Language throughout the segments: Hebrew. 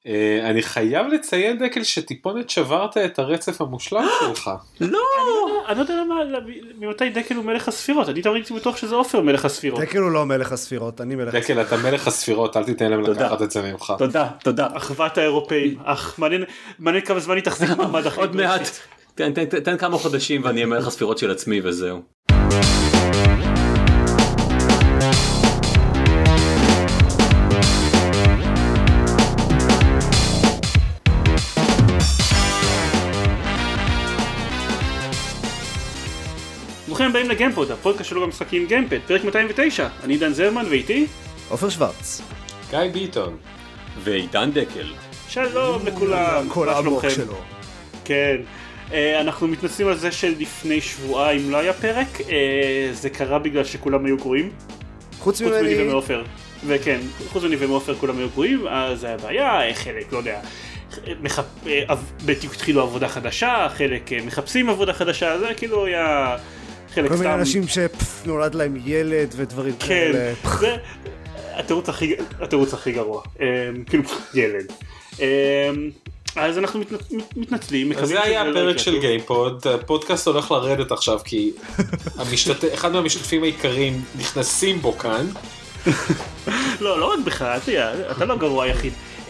אני חייב לציין דקל שטיפונת שברת את הרצף המושלם שלך. לא! אני לא יודע ממתי דקל הוא מלך הספירות, אני תמיד הייתי בטוח שזה עופר מלך הספירות. דקל הוא לא מלך הספירות, אני מלך הספירות. דקל, אתה מלך הספירות, אל תיתן להם לקחת את זה ממך. תודה. אחוות האירופאים, מעניין כמה זמן היא תחזיק מעמד אחרי. עוד מעט, תן כמה חודשים ואני אהיה מלך הספירות של עצמי וזהו. ברוכים הבאים לגיימפוד, הפודקאסט שלו במשחקים גיימפד, פרק 209. אני דן זרמן ואיתי עופר שוורץ, גיא ביטון ועידן דקל. שלום לכולם. כל העמוק שלו. כן, אנחנו מתנצלים על זה שלפני שבועיים לא היה פרק, זה קרה בגלל שכולם היו גרועים. חוץ ממני ומעופר. וכן, חוץ ממני ומעופר כולם היו גרועים, אז זה היה בעיה, חלק, לא יודע, בדיוק התחילו עבודה חדשה, חלק מחפשים עבודה חדשה, זה כאילו היה חלק סתם. כל מיני אנשים שנולד להם ילד ודברים כאלה. כן, זה התירוץ הכי גרוע, כאילו אחד. אז אנחנו מתנצלים. אז זה היה הפרק של גיימפוד, הפודקאסט הולך לרדת עכשיו כי אחד מהמשתתפים העיקריים נכנסים בו כאן. לא רק בכלל, אתה לא גרוע היחיד.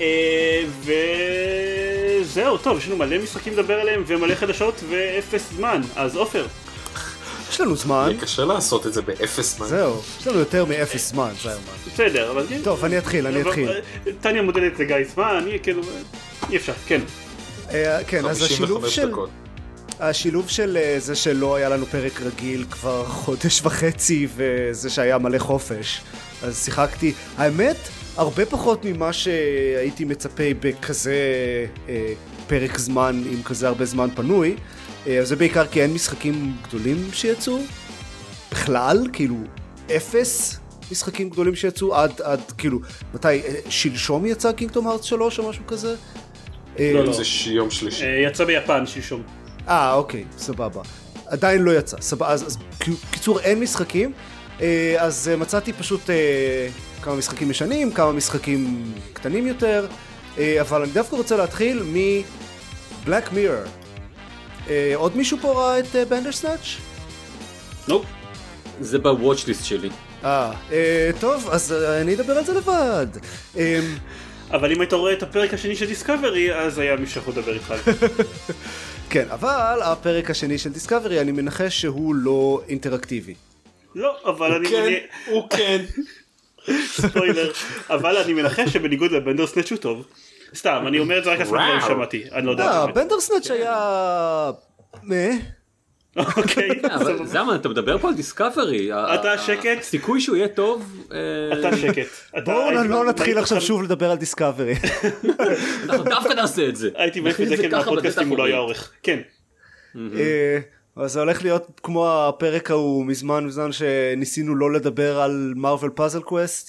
וזהו, טוב, יש לנו מלא משחקים לדבר עליהם ומלא חדשות ואפס זמן, אז עופר. יש לנו זמן. יהיה קשה לעשות את זה באפס זמן. זהו, יש לנו יותר מאפס זמן, זה הזמן. בסדר, אבל... טוב, אני אתחיל. טניה מודלת לגיא זמן, אני כאילו... אי אפשר, כן. כן, אז השילוב של זה שלא היה לנו פרק רגיל כבר חודש וחצי וזה שהיה מלא חופש, אז שיחקתי, האמת, הרבה פחות ממה שהייתי מצפה בכזה פרק זמן עם כזה הרבה זמן פנוי. זה בעיקר כי אין משחקים גדולים שיצאו בכלל, כאילו אפס משחקים גדולים שיצאו עד כאילו, מתי, שלשום יצא קינגדום הארטס 3 או משהו כזה? לא, זה יום שלישי. יצא ביפן שלשום. אוקיי, סבבה. עדיין לא יצא, סבבה, אז קיצור אין משחקים, אז מצאתי פשוט כמה משחקים ישנים, כמה משחקים קטנים יותר, אבל אני דווקא רוצה להתחיל מ-Black Mirror. עוד מישהו פה ראה את Bandersnatch? לא. זה ב-watch list שלי. טוב, אז אני אדבר על זה לבד. אבל אם היית רואה את הפרק השני של דיסקאברי, אז היה מי שיכול לדבר איתך. כן, אבל הפרק השני של דיסקאברי, אני מנחש שהוא לא אינטראקטיבי. לא, אבל אני... הוא כן. ספוילר. אבל אני מנחש שבניגוד לבנדרסנאץ' הוא טוב. סתם, אני אומר את זה רק לפני דברים שמעתי. אני לא יודע. בנדרסנאץ' היה... אוקיי. אבל זמן, אתה מדבר פה על דיסקאברי. אתה שקט. סיכוי שהוא יהיה טוב. אתה שקט. בואו לא נתחיל עכשיו שוב לדבר על דיסקאברי. אנחנו דווקא נעשה את זה. הייתי מעיף את דקל מהפודקאסט אם הוא לא היה עורך. כן. אז זה הולך להיות כמו הפרק ההוא מזמן שניסינו לא לדבר על מרוול פאזל קווסט.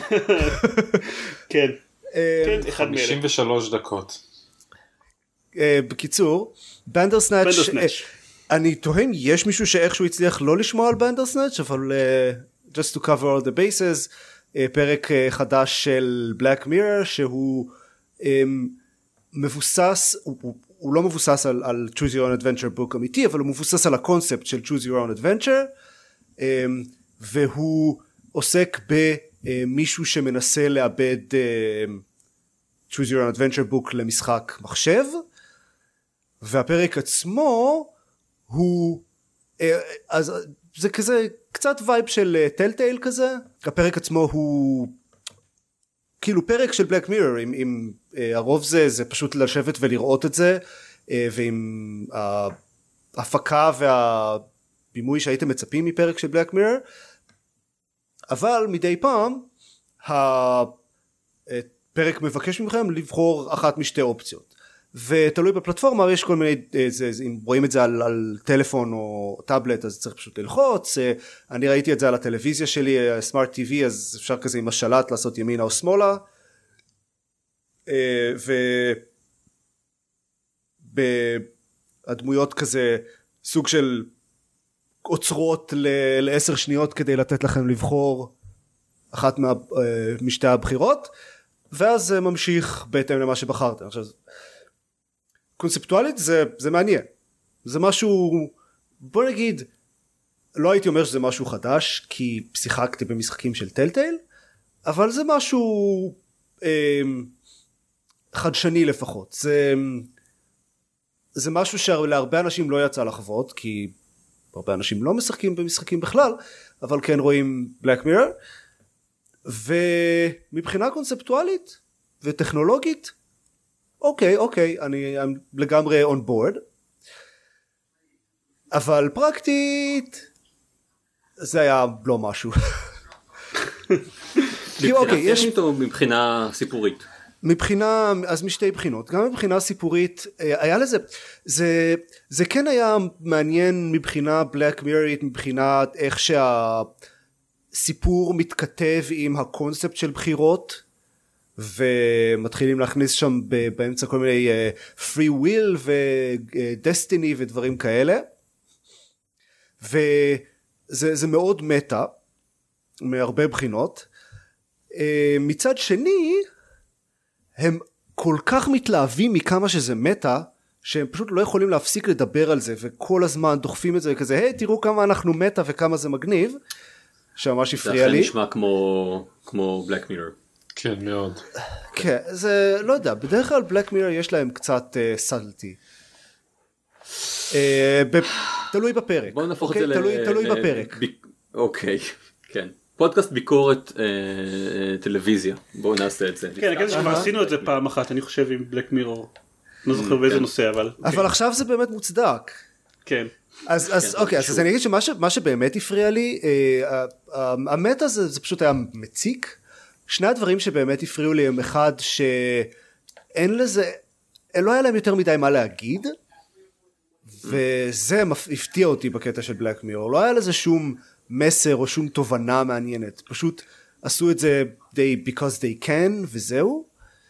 כן. 53 דקות. בקיצור, בנדרסנאץ' אני טוען, יש מישהו שאיכשהו הצליח לא לשמוע על בנדרסנאץ', אבל just to cover all the bases, פרק חדש של Black Mirror, שהוא מבוסס, הוא לא מבוסס על Choose Your Own Adventure book אמיתי, אבל הוא מבוסס על הקונספט של Choose Your Own Adventure, והוא עוסק במישהו שמנסה לאבד Choose Your Own Adventure book למשחק מחשב, והפרק עצמו הוא, אז זה כזה קצת וייב של טלטייל כזה. הפרק עצמו הוא כאילו פרק של בלק מירור, עם הרוב זה פשוט לשבת ולראות את זה, ועם ההפקה והבימוי שהייתם מצפים מפרק של בלק מירור, אבל מדי פעם הפרק מבקש מכם לבחור אחת משתי אופציות, ותלוי בפלטפורמה, יש כל מיני, אם רואים את זה על טלפון או טאבלט, אז צריך פשוט ללחוץ. אני ראיתי את זה על הטלוויזיה שלי, סמארט טיווי, אז אפשר כזה עם השלט לעשות ימינה או שמאלה. והדמויות כזה, סוג של עוצרות ל10 שניות כדי לתת לכם לבחור אחת משתי הבחירות. ואז זה ממשיך בהתאם למה שבחרתם. עכשיו, קונספטואלית זה מעניין. זה משהו, בוא נגיד, לא הייתי אומר שזה משהו חדש, כי שיחקתי במשחקים של טלטייל, אבל זה משהו חדשני לפחות. זה משהו שלהרבה אנשים לא יצא לחוות, כי הרבה אנשים לא משחקים במשחקים בכלל, אבל כן רואים בלק מירר, ומבחינה קונספטואלית וטכנולוגית, אוקיי, אני לגמרי on board, אבל פרקטית, זה היה לא משהו. מבחינה טכנית או מבחינה סיפורית? אז משתי בחינות, גם מבחינה סיפורית, היה לזה, זה כן היה מעניין מבחינה בלק מיררית, מבחינת איך שהסיפור מתכתב עם הקונספט של בחירות, ומתחילים להכניס שם באמצע כל מיני free will ו-destiny ודברים כאלה, וזה מאוד מטה, מהרבה בחינות. מצד שני, הם כל כך מתלהבים מכמה שזה מטה, שהם פשוט לא יכולים להפסיק לדבר על זה, וכל הזמן דוחפים את זה כזה, היי, תראו כמה אנחנו מטה וכמה זה מגניב, שממש הפריע לי. זה אכן נשמע כמו בלק מירר. כן, מאוד. כן, זה, לא יודע, בדרך כלל בלק מירר יש להם קצת סאבלטי. תלוי בפרק. בואו נהפוך את זה תלוי בפרק. אוקיי, כן. פודקאסט ביקורת טלוויזיה. בואו נעשה את זה. כן, אני כבר עשינו את זה פעם אחת, אני חושב עם בלק מירור. לא זוכר באיזה נושא, אבל... אבל עכשיו זה באמת מוצדק. כן. אז אוקיי, אז אני אגיד שמה שבאמת הפריע לי, המטה זה פשוט היה מציק. שני הדברים שבאמת הפריעו לי הם אחד שאין לזה, לא היה להם יותר מדי מה להגיד, וזה הפתיע אותי בקטע של בלק מירור. לא היה לזה שום מסר או שום תובנה מעניינת, פשוט עשו את זה because they can וזהו.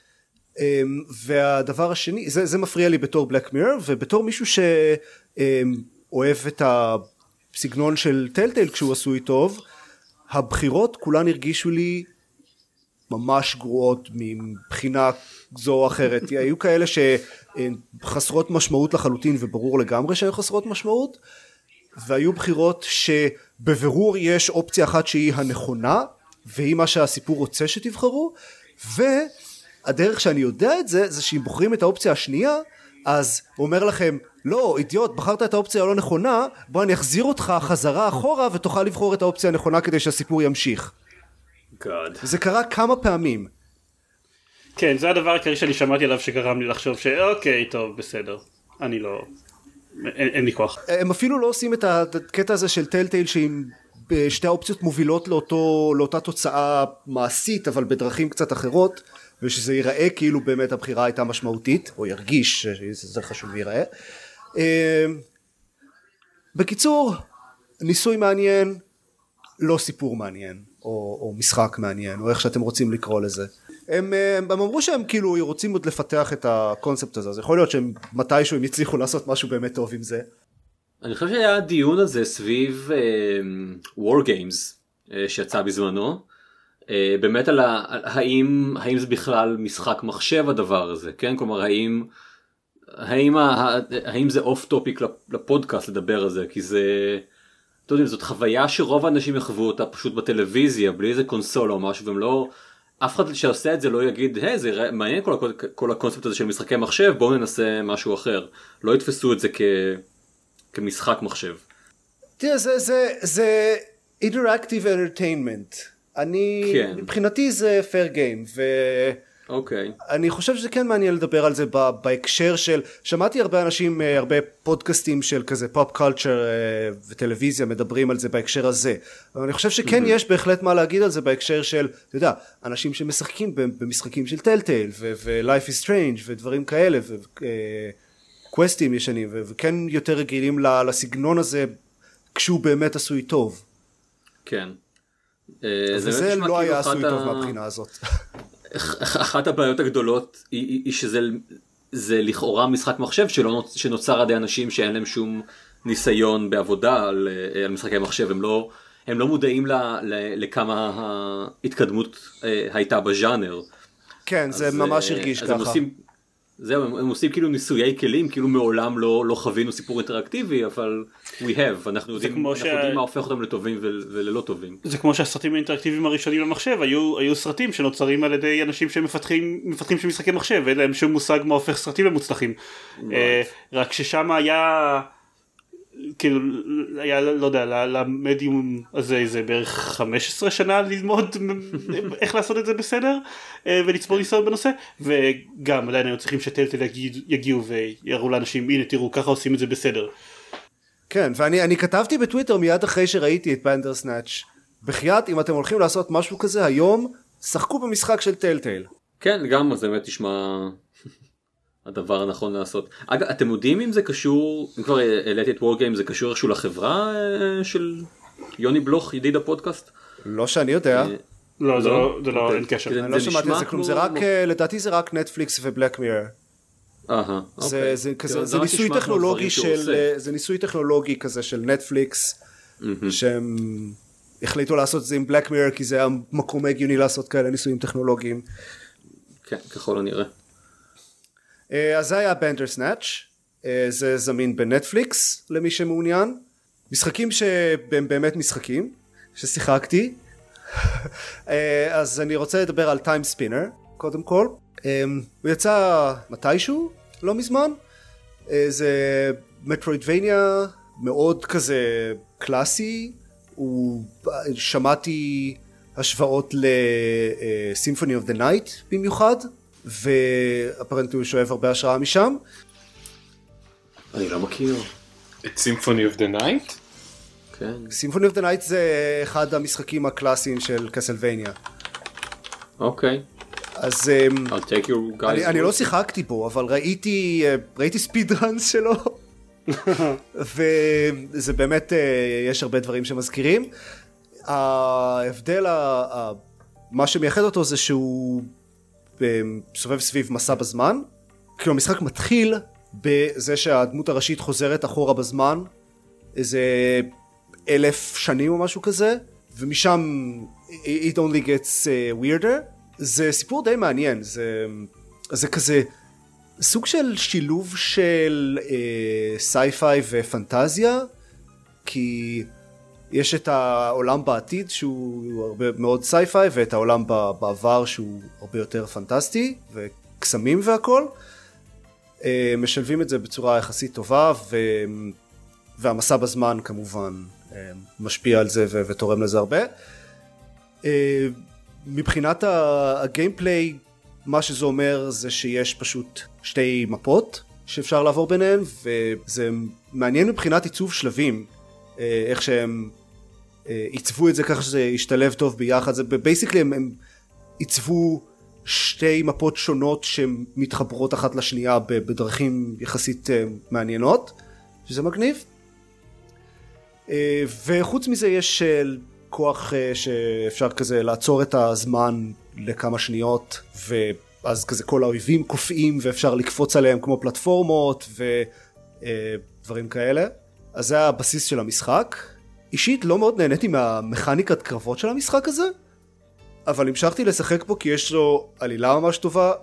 והדבר השני, זה מפריע לי בתור בלק מירור, ובתור מישהו שאוהב את הסגנון של טלטייל כשהוא עשוי טוב, הבחירות כולן הרגישו לי ממש גרועות מבחינה זו או אחרת. היו כאלה שחסרות משמעות לחלוטין, וברור לגמרי שהיו חסרות משמעות, והיו בחירות שבבירור יש אופציה אחת שהיא הנכונה, והיא מה שהסיפור רוצה שתבחרו, והדרך שאני יודע את זה, זה שאם בוחרים את האופציה השנייה, אז הוא אומר לכם, לא, אידיוט, בחרת את האופציה הלא נכונה, בוא אני אחזיר אותך חזרה אחורה, ותוכל לבחור את האופציה הנכונה כדי שהסיפור ימשיך. God. זה קרה כמה פעמים. כן, זה הדבר העיקרי שאני שמעתי עליו שגרם לי לחשוב שאוקיי, טוב, בסדר. אני לא... אין לי כוח. הם אפילו לא עושים את הקטע הזה של טלטייל שעם שתי האופציות מובילות לאותה תוצאה מעשית, אבל בדרכים קצת אחרות, ושזה ייראה כאילו באמת הבחירה הייתה משמעותית, או ירגיש שזה חשוב להיראה. בקיצור, ניסוי מעניין, לא סיפור מעניין, או משחק מעניין, או איך שאתם רוצים לקרוא לזה. הם אמרו שהם כאילו רוצים עוד לפתח את הקונספט הזה, אז יכול להיות שהם מתישהו הם יצליחו לעשות משהו באמת טוב עם זה. אני חושב שהיה דיון הזה סביב War Games שיצא בזמנו, באמת על האם זה בכלל משחק מחשב הדבר הזה, כן? כלומר האם זה אוף טופיק לפודקאסט לדבר על זה, כי זה, אתה יודע, זאת חוויה שרוב האנשים יחוו אותה פשוט בטלוויזיה, בלי איזה קונסולה או משהו, והם לא, אף אחד שעושה את זה לא יגיד, היי, זה מעניין כל הקונספט הזה של משחקי מחשב, בואו ננסה משהו אחר. לא יתפסו את זה כמשחק מחשב. תראה, זה interactive entertainment. מבחינתי זה fair game, ואני חושב שזה כן מעניין לדבר על זה בהקשר של, שמעתי הרבה אנשים, הרבה פודקאסטים של כזה פופ קולצ'ר וטלוויזיה מדברים על זה בהקשר הזה, אבל אני חושב שכן יש בהחלט מה להגיד על זה בהקשר של, אתה יודע, אנשים שמשחקים במשחקים של טלטייל ו-Life is Strange ודברים כאלה וקווסטים ישנים, וכן יותר רגילים לסגנון הזה כשהוא באמת עשוי טוב. כן. וזה לא היה עשוי טוב מהבחינה הזאת. אחת הבעיות הגדולות היא שזה לכאורה משחק מחשב שנוצר עדי אנשים שאין להם שום ניסיון בעבודה על משחקי מחשב, הם לא מודעים לכמה ההתקדמות הייתה בז'אנר. כן, זה ממש הרגיש ככה. זהו, הם עושים כאילו ניסויי כלים, כאילו מעולם לא חווינו סיפור אינטראקטיבי, אבל we have, אנחנו יודעים מה הופך אותם לטובים וללא טובים. זה כמו שהסרטים האינטראקטיביים הראשונים למחשב, היו סרטים שנוצרים על ידי אנשים שמפתחים של משחקי מחשב, ואין להם שום מושג מה הופך סרטים למוצלחים. רק ששם היה, כאילו, היה, לא יודע, למדיום הזה זה בערך 15 שנה ללמוד איך לעשות את זה בסדר, ולצבור ניסיון בנושא, וגם עדיין היו צריכים שטלטל יגיעו ויראו לאנשים, הנה תראו, ככה עושים את זה בסדר. כן, ואני כתבתי בטוויטר מיד אחרי שראיתי את בנדרסנאץ', בחייאת, אם אתם הולכים לעשות משהו כזה היום, שחקו במשחק של טלטל. כן, גם זה באמת נשמע הדבר הנכון לעשות. אגב, אתם יודעים אם זה קשור, אם כבר העליתי את וורגיים, זה קשור איכשהו לחברה של יוני בלוך, ידיד הפודקאסט? לא שאני יודע. לא, זה לא, אין קשר. אני לא שמעתי על זה כלום, זה רק, לדעתי זה רק נטפליקס ובלק מירר. זה ניסוי טכנולוגי זה ניסוי טכנולוגי כזה של נטפליקס, שהם החליטו לעשות את זה עם בלק מירר, כי זה המקום הגיוני לעשות כאלה ניסויים טכנולוגיים. כן, ככל הנראה. אז זה היה בנדרסנאץ', זה זמין בנטפליקס למי שמעוניין. משחקים שהם באמת משחקים, ששיחקתי. אז אני רוצה לדבר על טיים ספינר, קודם כל. הוא יצא מתישהו, לא מזמן. זה מטרוידבניה מאוד כזה קלאסי. שמעתי השוואות לסימפוני אוף דה נייט במיוחד. ואפרנטי הוא שואב הרבה השראה משם. אני לא מכיר. את סימפוני אוף דה נייט? כן. סימפוני אוף דה נייט זה אחד המשחקים הקלאסיים של קסלווניה. אוקיי. אז אני לא שיחקתי בו, אבל ראיתי ספיד ראנס שלו. וזה באמת, יש הרבה דברים שמזכירים. ההבדל, מה שמייחד אותו זה שהוא סובב סביב מסע בזמן. כאילו המשחק מתחיל בזה שהדמות הראשית חוזרת אחורה בזמן איזה 1000 שנים או משהו כזה, ומשם it only gets weirder. זה סיפור די מעניין, זה כזה סוג של שילוב של סייפיי ופנטזיה, כי יש את העולם בעתיד שהוא הרבה מאוד סייפיי, ואת העולם בעבר שהוא הרבה יותר פנטסטי וקסמים והכל. משלבים את זה בצורה יחסית טובה, והמסע בזמן כמובן משפיע על זה ותורם לזה הרבה. מבחינת הגיימפליי, מה שזה אומר זה שיש פשוט שתי מפות שאפשר לעבור ביניהן, וזה מעניין מבחינת עיצוב שלבים, איך שהם עיצבו את זה ככה שזה ישתלב טוב ביחד. זה בייסיקלי הם עיצבו שתי מפות שונות שמתחברות אחת לשנייה בדרכים יחסית מעניינות, שזה מגניב. וחוץ מזה יש כוח שאפשר כזה לעצור את הזמן לכמה שניות, ואז כזה כל האויבים קופאים ואפשר לקפוץ עליהם כמו פלטפורמות ודברים כאלה. אז זה הבסיס של המשחק. אישית לא מאוד נהניתי מהמכניקת קרבות של המשחק הזה, אבל המשכתי לשחק בו כי יש לו עלילה ממש טובה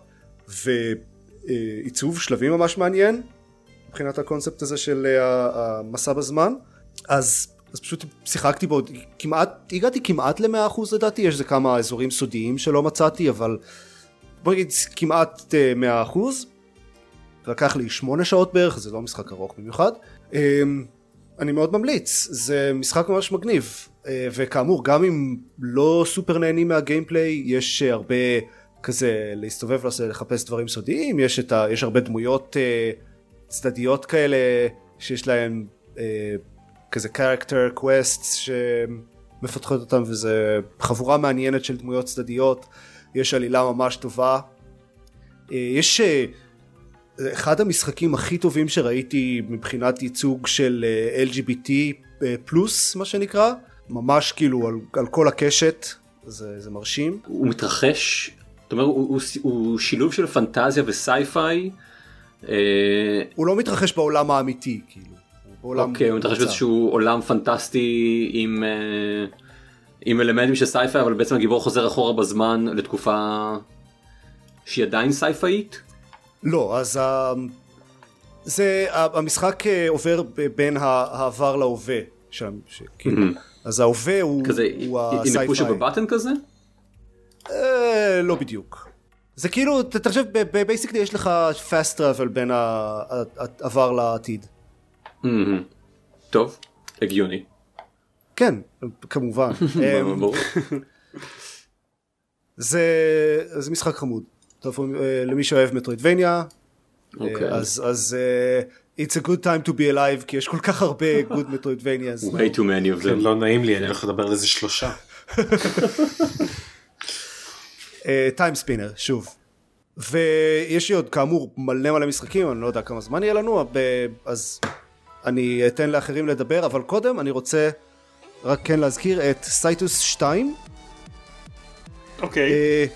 ועיצוב שלבים ממש מעניין מבחינת הקונספט הזה של המסע בזמן. אז פשוט שיחקתי בו, הגעתי כמעט ל100% לדעתי, יש זה כמה אזורים סודיים שלא מצאתי, אבל בוא נגיד כמעט 100%. לקח לי 8 שעות בערך, זה לא משחק ארוך במיוחד. אני מאוד ממליץ, זה משחק ממש מגניב, וכאמור גם אם לא סופר נהנים מהגיימפליי, יש הרבה כזה להסתובב לחפש דברים סודיים, יש הרבה דמויות צדדיות כאלה שיש להם כזה character quests שמפתחות אותם, וזה חבורה מעניינת של דמויות צדדיות. יש עלילה ממש טובה, יש אחד המשחקים הכי טובים שראיתי מבחינת ייצוג של LGBT פלוס מה שנקרא, ממש כאילו על כל הקשת, זה מרשים. הוא מתרחש, זאת אומרת הוא שילוב של פנטזיה וסייפיי. הוא לא מתרחש בעולם האמיתי כאילו. אוקיי, הוא מתרחש באיזשהו עולם פנטסטי עם אלמנטים של סייפיי, אבל בעצם הגיבור חוזר אחורה בזמן לתקופה שהיא עדיין סייפאית? לא, אז המשחק עובר בין העבר להווה. אז ההווה הוא הנה פוש בבטן כזה? לא בדיוק. זה כאילו, תחשב, בבייסיקלי יש לך fast travel בין העבר לעתיד. טוב, הגיוני. כן, כמובן. זה משחק חמוד. טוב, למי שאוהב מטרוידבניה, אז it's a good time to be alive, כי יש כל כך הרבה good מטרוידבניאז. way too many of them. לא נעים לי, אני הולך לדבר על איזה 3. טיים ספינר, שוב. ויש לי עוד כאמור מלא משחקים, אני לא יודע כמה זמן יהיה לנו, אז אני אתן לאחרים לדבר, אבל קודם אני רוצה רק כן להזכיר את סייטוס 2. אוקיי.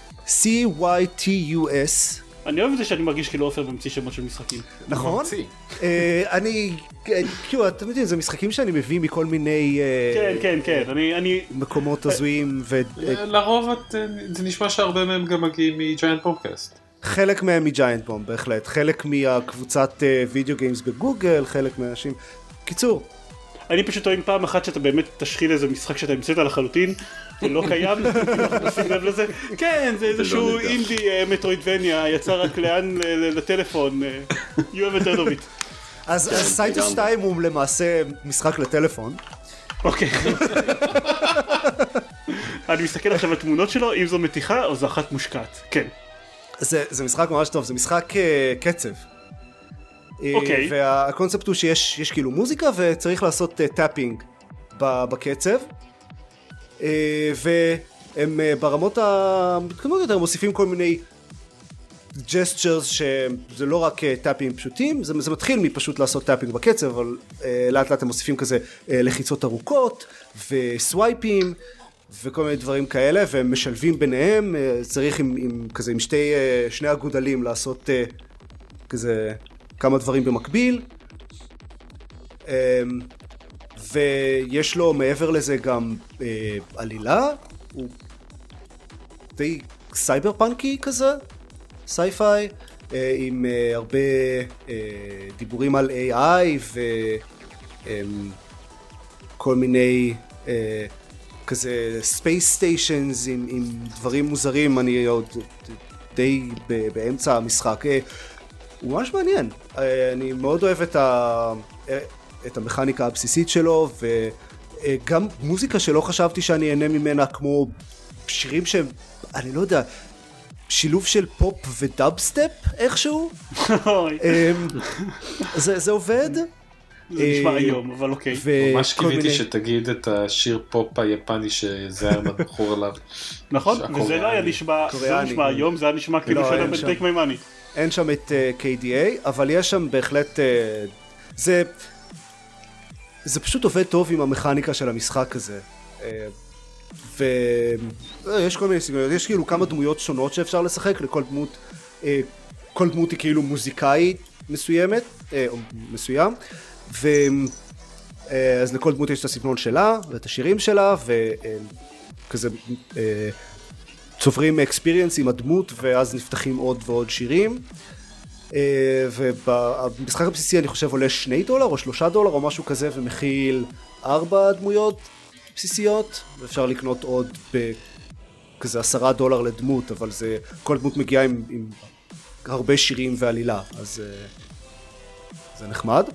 CYTUS. אני אוהב את זה שאני מרגיש כאילו עופר ממציא שמות של משחקים. נכון? אני, כאילו, אתם יודעים, זה משחקים שאני מביא מכל מיני כן, אני מקומות הזויים. לרוב זה נשמע שהרבה מהם גם מגיעים מג'יינט בומקאסט. חלק מהם מג'יינט בום, בהחלט. חלק מהקבוצת וידאו גיימס בגוגל, חלק מהאנשים. קיצור. אני פשוט טוען פעם אחת שאתה באמת תשחיל איזה משחק שאתה המצאת לחלוטין, זה לא קיים, נשים לב לזה. כן, זה איזשהו אינדי מטרוידבניה, יצא רק לאן לטלפון, you have heard of it. אז סייטוס 2 הוא למעשה משחק לטלפון. אוקיי. אני מסתכל עכשיו על תמונות שלו, אם זו מתיחה או זו אחת מושקעת, כן. זה משחק ממש טוב, זה משחק קצב. אוקיי. והקונספט הוא שיש כאילו מוזיקה וצריך לעשות טאפינג בקצב. והם ברמות המתקדמות יותר מוסיפים כל מיני ג'סטשרס שזה לא רק טאפינג פשוטים, זה מתחיל מפשוט לעשות טאפינג בקצב, אבל לאט לאט הם מוסיפים כזה לחיצות ארוכות וסווייפים וכל מיני דברים כאלה, והם משלבים ביניהם, צריך עם שני הגודלים לעשות כזה כמה דברים במקביל, ויש לו מעבר לזה גם עלילה, הוא די סייבר פאנקי כזה, סייפיי, עם הרבה דיבורים על AI וכל מיני כזה ספייס סטיישנס עם דברים מוזרים. אני עוד די באמצע המשחק, הוא ממש מעניין. אני מאוד אוהב את המכניקה הבסיסית שלו, וגם מוזיקה שלא חשבתי שאני אהנה ממנה, כמו שירים שהם, אני לא יודע, שילוב של פופ ודאבסטפ איכשהו. זה עובד. זה נשמע היום, אבל אוקיי. ממש קיוויתי שתגיד את השיר פופ היפני שזה היה מדחור עליו. נכון, וזה לא היה נשמע היום, זה היה נשמע כאילו שאלה בטייק מי מאני. אין שם את KDA, אבל יש שם בהחלט, זה פשוט עובד טוב עם המכניקה של המשחק הזה. ויש כל מיני סיגניות, יש כאילו כמה דמויות שונות שאפשר לשחק, לכל דמות, כל דמות היא כאילו מוזיקאית מסוימת, או מסוים, אז לכל דמות יש את הסגנון שלה, ואת השירים שלה, וכזה צוברים אקספיריאנס עם הדמות, ואז נפתחים עוד ועוד שירים, ובמשחק הבסיסי אני חושב עולה $2 או $3 או משהו כזה, ומכיל 4 דמויות בסיסיות, ואפשר לקנות עוד בכזה $10 לדמות, אבל כל דמות מגיעה עם הרבה שירים ועלילה, אז זה נחמד.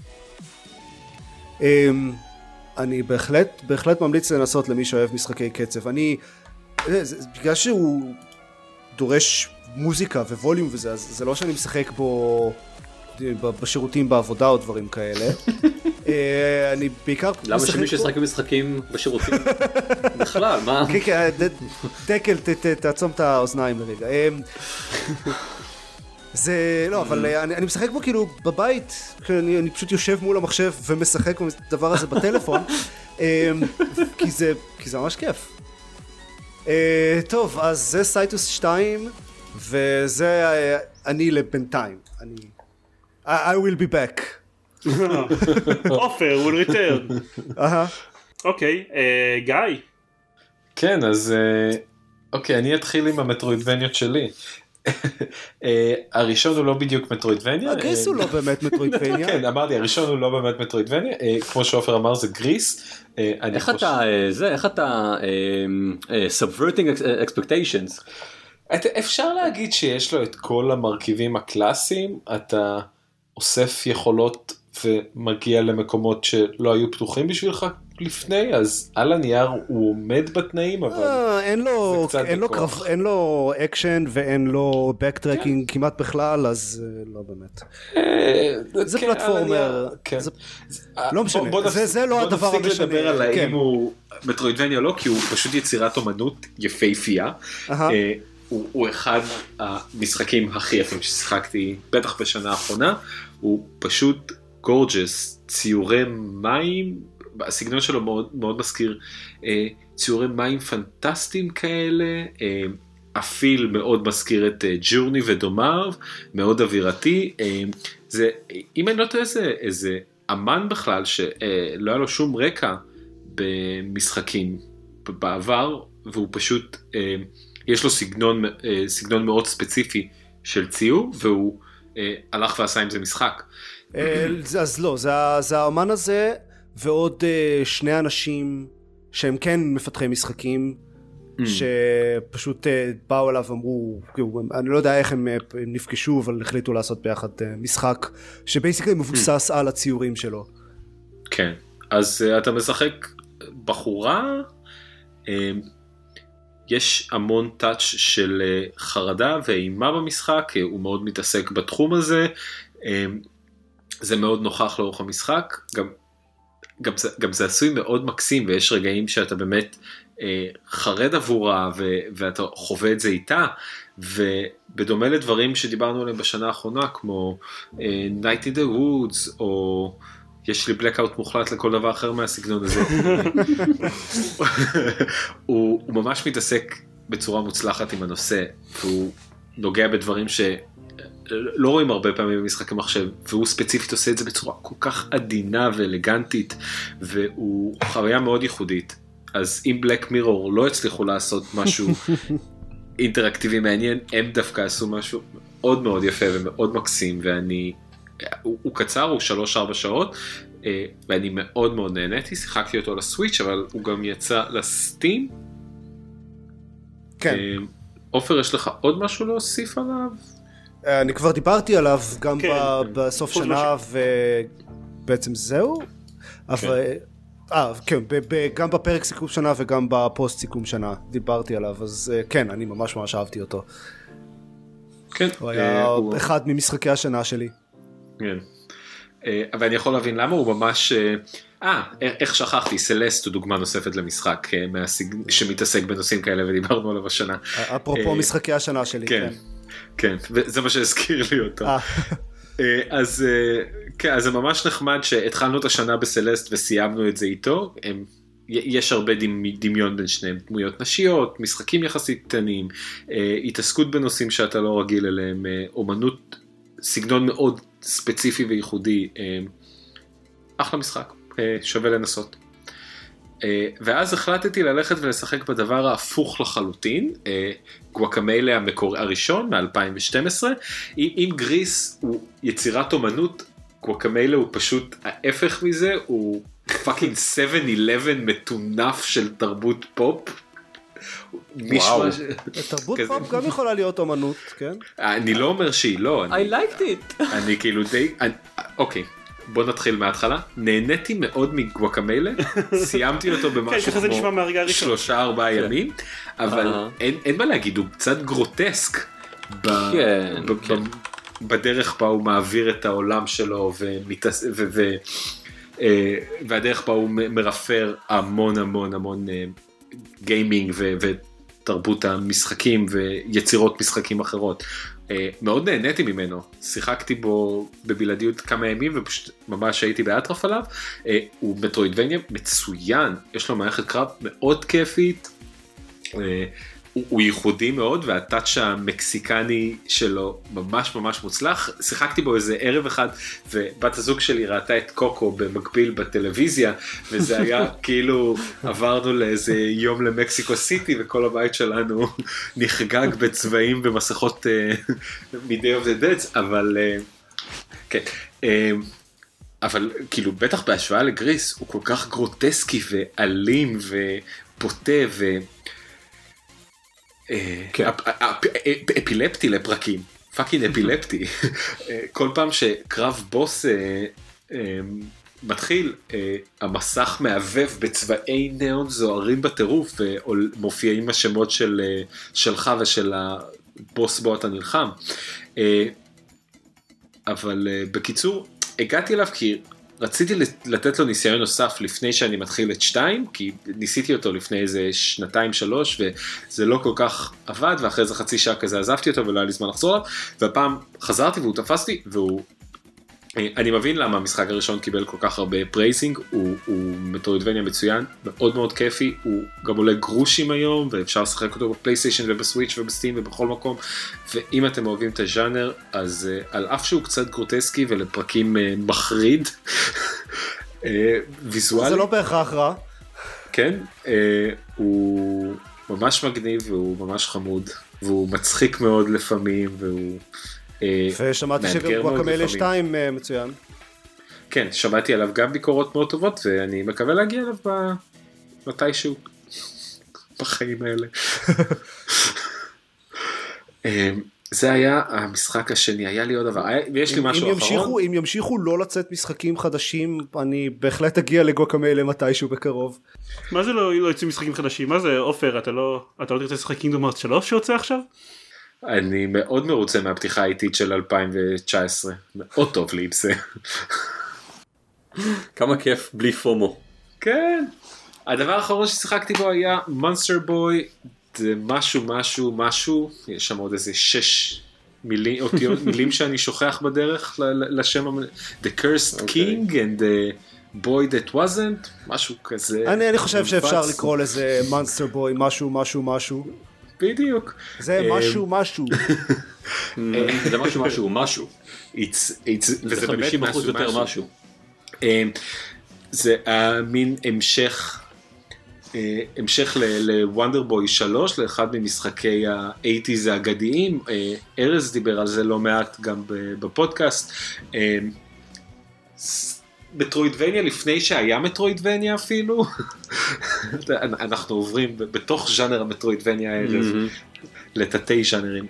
אני בהחלט ממליץ לנסות למי שאוהב משחקי קצב. בגלל שהוא דורש מוזיקה וווליום וזה, אז זה לא שאני משחק בו בשירותים בעבודה או דברים כאלה. אני בעיקר למה שמי ששחק במשחקים בשירותים? בכלל, מה? כן, דקל, תעצום את האוזניים לרגע. זה לא, אבל אני משחק בו כאילו בבית, אני פשוט יושב מול המחשב ומשחק בדבר הזה בטלפון, כי זה ממש כיף. טוב, אז זה סייטוס 2, וזה אני לבינתיים. I will be back. עופר, will return. אוקיי, גיא. כן, אז אוקיי, אני אתחיל עם המטרוידבניות שלי. הראשון הוא לא בדיוק מטרוידבניה. גריס הוא לא באמת מטרוידבניה. כן, אמרתי, הראשון הוא לא באמת מטרוידבניה, כמו שעופר אמר זה גריס. איך אתה subverting expectations? אפשר להגיד שיש לו את כל המרכיבים הקלאסיים, אתה אוסף יכולות ומגיע למקומות שלא היו פתוחים בשבילך לפני, אז על הנייר הוא עומד בתנאים, אבל אין לו אקשן ואין לו בקטרקינג כמעט בכלל, אז לא באמת. זה פלטפורמר, לא משנה, זה לא הדבר המשנה. בוא נפסיק לדבר על האם הוא מטרוידבניה או לא, כי הוא פשוט יצירת אומנות יפהפייה. הוא אחד המשחקים הכי יפים ששיחקתי, בטח בשנה האחרונה, הוא פשוט גורג'ס, ציורי מים, הסגנון שלו מאוד, מאוד מזכיר, ציורי מים פנטסטיים כאלה, הפיל מאוד מזכיר את ג'ורני ודומיו, מאוד אווירתי, זה, אם אני לא טועה איזה אמן בכלל, שלא היה לו שום רקע במשחקים בעבר, והוא פשוט, יש לו סגנון מאוד ספציפי של ציור, והוא הלך ועשה עם זה משחק. אז לא, זה האמן הזה, ועוד שני אנשים שהם כן מפתחי משחקים, שפשוט באו אליו ואמרו, אני לא יודע איך הם נפגשו, אבל החליטו לעשות ביחד משחק, שבייסיקלי מבוסס על הציורים שלו. כן, אז אתה משחק בחורה, יש המון טאץ' של חרדה ואימה במשחק, הוא מאוד מתעסק בתחום הזה, זה מאוד נוכח לאורך המשחק, גם זה עשוי מאוד מקסים, ויש רגעים שאתה באמת חרד עבורה, ואתה חווה את זה איתה, ובדומה לדברים שדיברנו עליהם בשנה האחרונה, כמו Night in the Woods, או יש לי בלקאוט מוחלט לכל דבר אחר מהסגנון הזה. הוא ממש מתעסק בצורה מוצלחת עם הנושא, והוא נוגע בדברים שלא רואים הרבה פעמים במשחקי מחשב, והוא ספציפית עושה את זה בצורה כל כך עדינה ואלגנטית, והוא חוויה מאוד ייחודית. אז אם בלק מירור לא הצליחו לעשות משהו אינטראקטיבי מעניין, הם דווקא עשו משהו מאוד מאוד יפה ומאוד מקסים, ואני... הוא קצר, הוא 3-4 שעות, ואני מאוד מאוד נהניתי, שיחקתי אותו לסוויץ', אבל הוא גם יצא לסטים. כן. עופר, יש לך עוד משהו להוסיף עליו? אני כבר דיברתי עליו גם בסוף שנה, ובעצם זהו. כן, גם בפרק סיכום שנה וגם בפוסט סיכום שנה דיברתי עליו, אז כן, אני ממש ממש אהבתי אותו. כן. הוא היה אחד ממשחקי השנה שלי. כן. אבל אני יכול להבין למה הוא ממש... איך שכחתי, סלסט הוא דוגמה נוספת למשחק שמתעסק בנושאים כאלה ודיברנו עליו השנה. אפרופו משחקי השנה שלי. כן, וזה מה שהזכיר לי אותו. אז זה ממש נחמד שהתחלנו את השנה בסלסט וסיימנו את זה איתו. יש הרבה דמיון בין שניהם, דמויות נשיות, משחקים יחסית קטנים, התעסקות בנושאים שאתה לא רגיל אליהם, אומנות, סגנון מאוד ספציפי וייחודי, אחלה משחק, שווה לנסות. ואז החלטתי ללכת ולשחק בדבר ההפוך לחלוטין, גואקמיילה הראשון מ-2012, אם גריס הוא יצירת אומנות, גואקמיילה הוא פשוט ההפך מזה, הוא פאקינג 7-11 מטונף של תרבות פופ. וואו. תרבות פופ גם יכולה להיות אומנות, כן? אני לא אומר שהיא לא. I liked it. אני כאילו די... אוקיי. בוא נתחיל מההתחלה. נהניתי מאוד מגואקמיילה, סיימתי אותו במשהו כמו 3-4 ימים, אבל אין מה להגיד, הוא קצת גרוטסק בדרך בה הוא מעביר את העולם שלו, והדרך בה הוא מרפר המון המון המון גיימינג ותרבות המשחקים ויצירות משחקים אחרות. מאוד נהניתי ממנו, שיחקתי בו בבלעדיות כמה ימים ופשוט ממש הייתי באטרף עליו. הוא מטרוידבניה מצוין, יש לו מערכת קרב מאוד כיפית, הוא ייחודי מאוד, והטאץ' המקסיקני שלו ממש ממש מוצלח. שיחקתי בו איזה ערב אחד, ובת הזוג שלי ראתה את קוקו במקביל בטלוויזיה, וזה היה כאילו עברנו לאיזה יום למקסיקו סיטי, וכל הבית שלנו נחגג בצבעים ומסכות מ-Day of the Dead, אבל כן. אבל כאילו בטח בהשוואה לגריס, הוא כל כך גרוטסקי ואלים ופוטה אפילפטי לפרקים, פאקינג אפילפטי. כל פעם שקרב בוס מתחיל, המסך מעבב בצבעי ניאון זוהרים בטירוף, ומופיעים השמות שלך ושל הבוס בו אתה נלחם. אבל בקיצור, הגעתי אליו כי רציתי לתת לו ניסיון נוסף לפני שאני מתחיל את 2, כי ניסיתי אותו לפני איזה 2-3, וזה לא כל כך עבד, ואחרי זה חצי שעה כזה עזבתי אותו ולא היה לי זמן לחזור עליו, והפעם חזרתי והוא תפסתי, אני מבין למה המשחק הראשון קיבל כל כך הרבה פרייסינג, הוא מטרוידבניה מצוין, מאוד מאוד כיפי, הוא גם עולה גרושים היום, ואפשר לשחק אותו בפלייסטיישן ובסוויץ' ובסטים ובכל מקום, ואם אתם אוהבים את הז'אנר, אז על אף שהוא קצת גרוטסקי ולפרקים מחריד, ויזואלי. זה לא בהכרח רע. כן, הוא ממש מגניב, והוא ממש חמוד, והוא מצחיק מאוד לפעמים, והוא... ושמעתי שגם גואקמלה 2 מצוין. כן, שמעתי עליו גם ביקורות מאוד טובות, ואני מקווה להגיע אליו מתישהו בחיים האלה. זה היה המשחק השני, היה לי עוד דבר, ויש לי משהו אחרון. אם ימשיכו לא לצאת משחקים חדשים, אני בהחלט אגיע לגואקמלה מתישהו בקרוב. מה זה לא יוצאים משחקים חדשים? מה זה, עופר, אתה לא תרצה לשחק קינגדום הארץ 3 שיוצא עכשיו? אני מאוד מרוצה מהפתיחה האיטית של 2019, מאוד טוב לי עם זה. כמה כיף בלי פומו. כן. הדבר האחרון ששיחקתי בו היה Monster Boy, זה משהו, יש שם עוד איזה 6 מילים שאני שוכח בדרך לשם, The Cursed King and the Boy That Wasn't, משהו כזה. אני חושב שאפשר לקרוא לזה Monster Boy, משהו. בדיוק. זה משהו. זה משהו. וזה 50% יותר משהו. זה מין המשך לוונדר בוי 3, לאחד ממשחקי ה-80s האגדיים. ארז דיבר על זה לא מעט גם בפודקאסט. מטרוידבניה לפני שהיה מטרוידבניה אפילו. אנחנו עוברים בתוך ז'אנר המטרוידבניה הערב לתתי ז'אנרים.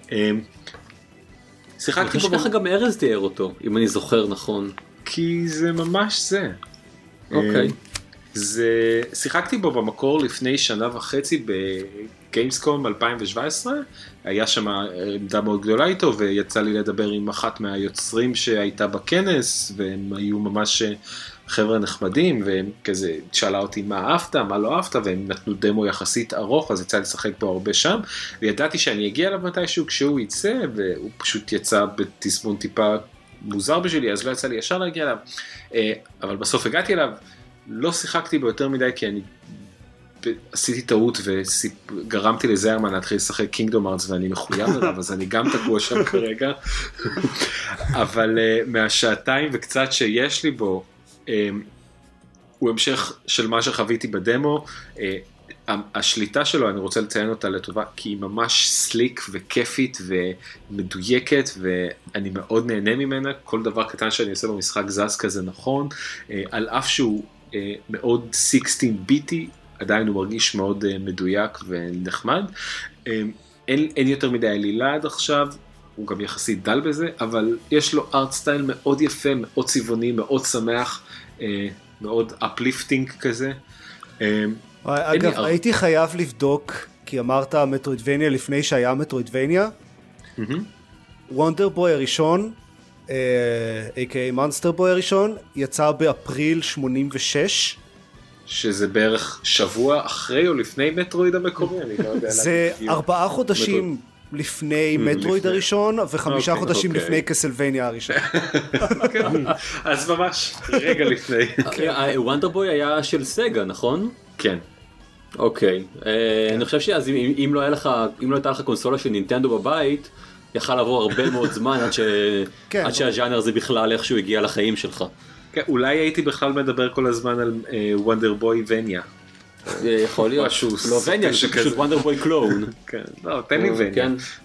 אני חושב שככה גם ארז תיאר אותו, אם אני זוכר נכון. כי זה ממש זה. אוקיי. שיחקתי בו במקור לפני 1.5 שנה בגיימסקום 2017, היה שם עמדה מאוד גדולה איתו, ויצא לי לדבר עם אחת מהיוצרים שהייתה בכנס, והם היו ממש חבר'ה נחמדים, והם כזה שאלה אותי מה אהבת, מה לא אהבת, והם נתנו דמו יחסית ארוך, אז יצא לי לשחק בו הרבה שם, וידעתי שאני אגיע אליו מתישהו כשהוא יצא, והוא פשוט יצא בתסמון טיפה מוזר בשבילי, אז לא יצא לי ישר להגיע אליו, אבל בסוף הגעתי אליו, לא שיחקתי בו יותר מדי, כי אני עשיתי טעות וגרמתי לזיירמן להתחיל לשחק קינגדום ארץ, ואני מחויב אליו, אז אני גם תקוע שם כרגע. אבל מהשעתיים וקצת שיש לי בו, הוא המשך של מה שחוויתי בדמו. השליטה שלו, אני רוצה לציין אותה לטובה, כי היא ממש סליק וכיפית ומדויקת, ואני מאוד נהנה ממנה. כל דבר קטן שאני עושה במשחק זז כזה נכון, על אף שהוא מאוד 16 ביטי, עדיין הוא מרגיש מאוד מדויק ונחמד. אין יותר מדי עלילה עד עכשיו, הוא גם יחסית דל בזה, אבל יש לו ארט סטייל מאוד יפה, מאוד צבעוני, מאוד שמח, מאוד אפליפטינג כזה. אגב, הייתי חייב לבדוק, כי אמרת מטרוידבניה לפני שהיה מטרוידבניה. וונדר בוי הראשון, a.k.a. מונסטר בוי הראשון, יצא באפריל 86. שזה בערך שבוע אחרי או לפני מטרויד המקורי, אני לא יודע. זה 4 חודשים לפני מטרויד הראשון, ו5 חודשים לפני קסלווניה הראשון. אז ממש רגע לפני. וונדר בוי היה של סגה, נכון? כן. אוקיי, אני חושב שאז אם לא הייתה לך קונסולה של נינטנדו בבית, יכל לעבור הרבה מאוד זמן עד שהז'אנר הזה בכלל איכשהו הגיע לחיים שלך. אולי הייתי בכלל מדבר כל הזמן על וונדר בוי וניה. יכול להיות, לא וניה, זה פשוט וונדר בוי קלון. כן, לא, תן לי וניה.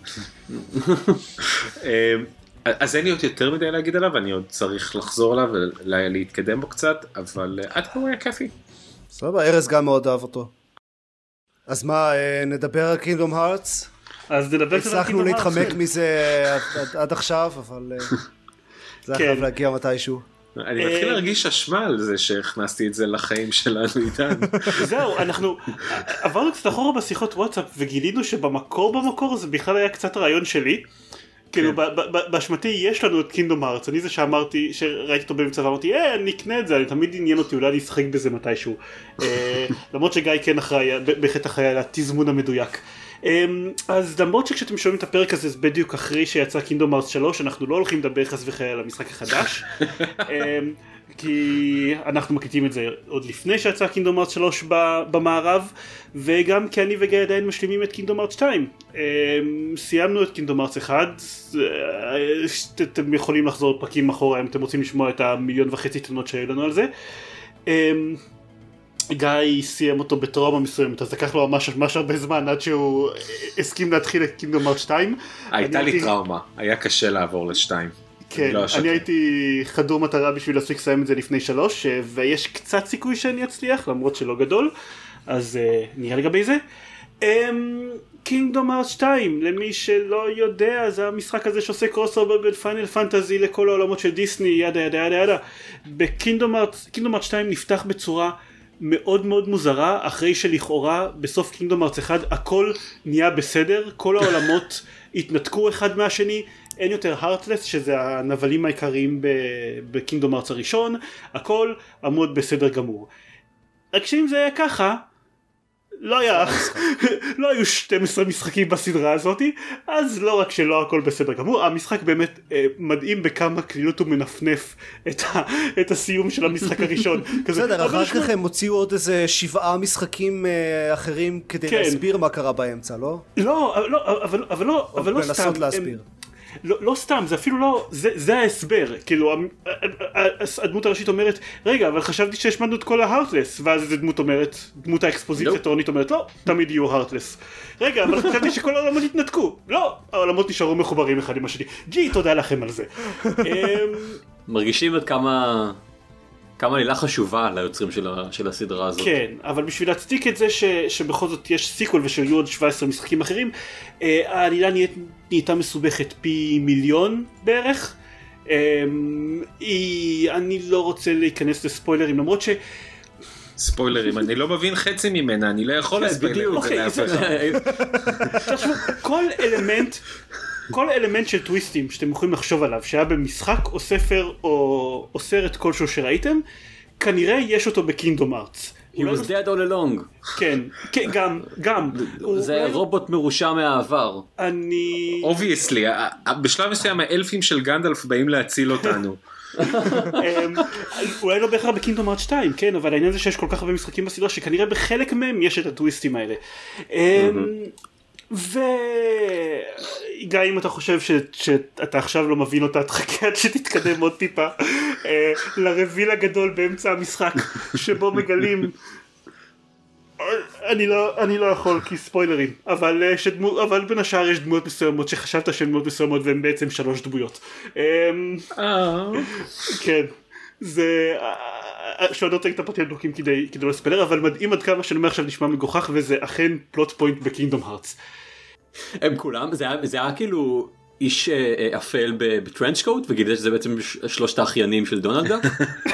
אז אין לי עוד יותר מדי להגיד עליו, אני עוד צריך לחזור עליו ולהתקדם בו קצת, אבל עד כה הוא היה כיפי. סבבה, ארז גם מאוד אהב אותו. אז מה, נדבר על קינגדום הארטס? אז נדבר קצת על הצלחנו קינגדום הארטס. להתחמק מזה עד עכשיו, אבל זה היה חייב להגיע מתישהו. אני מתחיל להרגיש אשמה על זה שהכנסתי את זה לחיים שלנו איתן. זהו, אנחנו עברנו קצת אחורה בשיחות וואטסאפ וגילינו שבמקור זה בכלל היה קצת רעיון שלי. כאילו באשמתי יש לנו את קינגדום הארטס, אני זה שאמרתי, שראיתי אותו באמצע ואמרתי נקנה את זה, אני תמיד עניין אותי אולי לשחק בזה מתישהו, למרות שגיא כן בהחלט אחראי על התזמון המדויק. אז למרות שכשאתם שומעים את הפרק הזה זה בדיוק אחרי שיצא קינגדום הארטס 3, אנחנו לא הולכים לדבר חס וחלילה על המשחק החדש, כי אנחנו מקליטים את זה עוד לפני שיצא קינגדום הארטס 3 במערב, וגם כי אני וגיא עדיין משלימים את קינגדום הארטס 2. סיימנו את קינגדום הארטס 1, אתם יכולים לחזור פרקים אחורה אם אתם רוצים לשמוע את 1.5 מיליון תלונות שהיו לנו על זה. גיא סיים אותו בטראומה מסוימת, אז לקח לו ממש הרבה זמן עד שהוא הסכים להתחיל את קינגדום הארטס 2. הייתה לי טראומה, היה קשה לעבור ל2. כן, אני הייתי חדור מטרה בשביל להספיק לסיים את זה לפני 3, ויש קצת סיכוי שאני אצליח, למרות שלא גדול, אז נראה לגבי זה. קינגדום הארטס 2, למי שלא יודע, זה המשחק הזה שעושה קרוס אובר בין פיינל פנטזי לכל העולמות של דיסני, ידה ידה ידה ידה. בקינגדום הארטס 2 נפתח בצורה מאוד מאוד מוזרה, אחרי שלכאורה בסוף קינגדום הארטס 1 הכל נהיה בסדר, כל העולמות התנתקו אחד מהשני, אין יותר הארטלס שזה הנבלים העיקריים בקינגדום הארטס הראשון, הכל עמוד בסדר גמור. רק שאם זה היה ככה, לא היו 12 משחקים בסדרה הזאת, אז לא רק שלא הכל בסדר גמור, המשחק באמת מדהים בכמה קלילות הוא מנפנף את הסיום של המשחק הראשון. בסדר, אחר כך הם הוציאו עוד איזה 7 משחקים אחרים כדי להסביר מה קרה באמצע, לא? לא, אבל לא סתם. לנסות להסביר. לא סתם, זה אפילו לא, זה ההסבר, כאילו הדמות הראשית אומרת, רגע, אבל חשבתי שהשמדנו את כל ההארטלס, ואז איזה דמות אומרת, דמות האקספוזיציה תורנית אומרת, לא, תמיד יהיו הארטלס. רגע, אבל חשבתי שכל העולמות התנתקו, לא, העולמות נשארו מחוברים אחד עם השני. ג'י, תודה לכם על זה. מרגישים עד כמה עלילה חשובה ליוצרים של הסדרה הזאת. כן, אבל בשביל להצדיק את זה שבכל זאת יש סיקוול ושיהיו עוד 17 משחקים אחרים, העלילה נהייתה מסובכת פי 1,000,000 בערך. אני לא רוצה להיכנס לספוילרים, למרות ש... ספוילרים, אני לא מבין חצי ממנה, אני לא יכול להסביר את זה לאף אחד. כל אלמנט של טוויסטים שאתם יכולים לחשוב עליו, שהיה במשחק או ספר או סרט כלשהו שראיתם, כנראה יש אותו בקינגדום הארטס. He was dead all along. כן, גם. זה רובוט מרושע מהעבר. Obviously, בשלב מסוים האלפים של גנדלף באים להציל אותנו. אולי לא בהכרח בקינגדום הארטס 2, כן, אבל העניין זה שיש כל כך הרבה משחקים בסדרה שכנראה בחלק מהם יש את הטוויסטים האלה. וגם אם אתה חושב שאתה עכשיו לא מבין אותה, תחכה עד שתתקדם עוד טיפה לרביל הגדול באמצע המשחק שבו מגלים, אני לא יכול כי ספוילרים, אבל בין השאר יש דמויות מסוימות שחשבת שהן דמויות מסוימות והן בעצם 3 דמויות. כן, זה שעוד לא תגיד את הפרטים הדוקים כדי לא לספלר, אבל מדהים עד כמה שאני אומר עכשיו נשמע מגוחך, וזה אכן פלוט פוינט בקינגדום הארטס. הם כולם, זה היה כאילו איש אפל בטרנצ'קוט, וגילית שזה בעצם 3 האחיינים של דונלד דאק?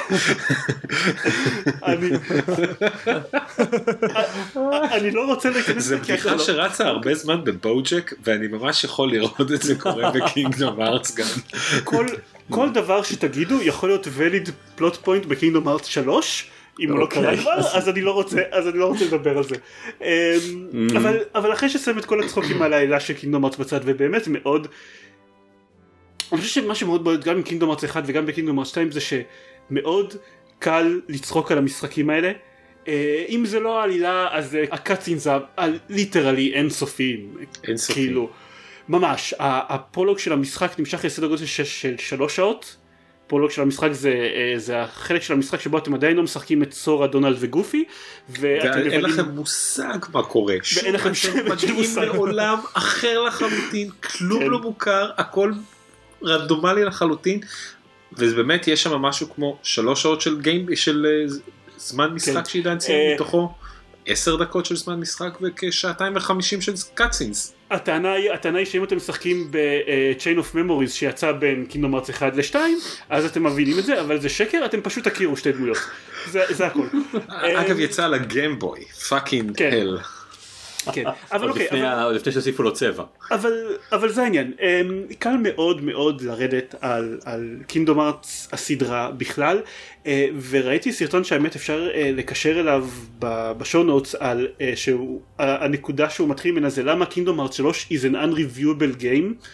אני לא רוצה להיכנס... זה בדיחה שרצה הרבה זמן בבוג'ק, ואני ממש יכול לראות את זה קורה בקינגדום הארטס גם. כל דבר שתגידו יכול להיות valid plot point בקינגדום הארטס 3, אם הוא לא קרה כבר, אז אני לא רוצה לדבר על זה. אבל אחרי שסיים את כל הצחוקים על העילה של קינגדום הארטס בצד, ובאמת מאוד, אני חושב שמה שמאוד בולט גם עם קינגדום הארטס 1 וגם בקינגדום הארטס 2 זה שמאוד קל לצחוק על המשחקים האלה, אם זה לא העלילה, אז הקאצינס ליטרלי אינסופיים. כאילו, ממש, הפרולוג של המשחק נמשך לסדר גודל של 3 שעות. הפרולוג של המשחק זה החלק של המשחק שבו אתם עדיין לא משחקים את סורה, דונלד וגופי. ואין לכם מושג מה קורה. ואין לכם מגיעים לעולם אחר לחלוטין, כלום לא מוכר, הכל רנדומלי לחלוטין. ובאמת יש שם משהו כמו 3 שעות של זמן משחק שעידן ציין, מתוכו 10 דקות של זמן משחק וכ2:50 של קאצינס. הטענה היא שאם אתם משחקים ב-Chain of Memories שיצא בין קינגדום הארץ 1 ל-2, אז אתם מבינים את זה, אבל זה שקר, אתם פשוט תכירו 2 דמויות. זה הכל. אגב, יצא על הגיימבוי, פאקינג הל. כן, אבל אוקיי, לפני שהוסיפו לו צבע. אבל זה העניין, קל מאוד מאוד לרדת על קינגדום הארץ הסדרה בכלל, וראיתי סרטון שהאמת אפשר לקשר אליו בשואו נוטס על הנקודה שהוא מתחיל ממנה, זה למה קינגדום הארץ 3 is an unreviewable game,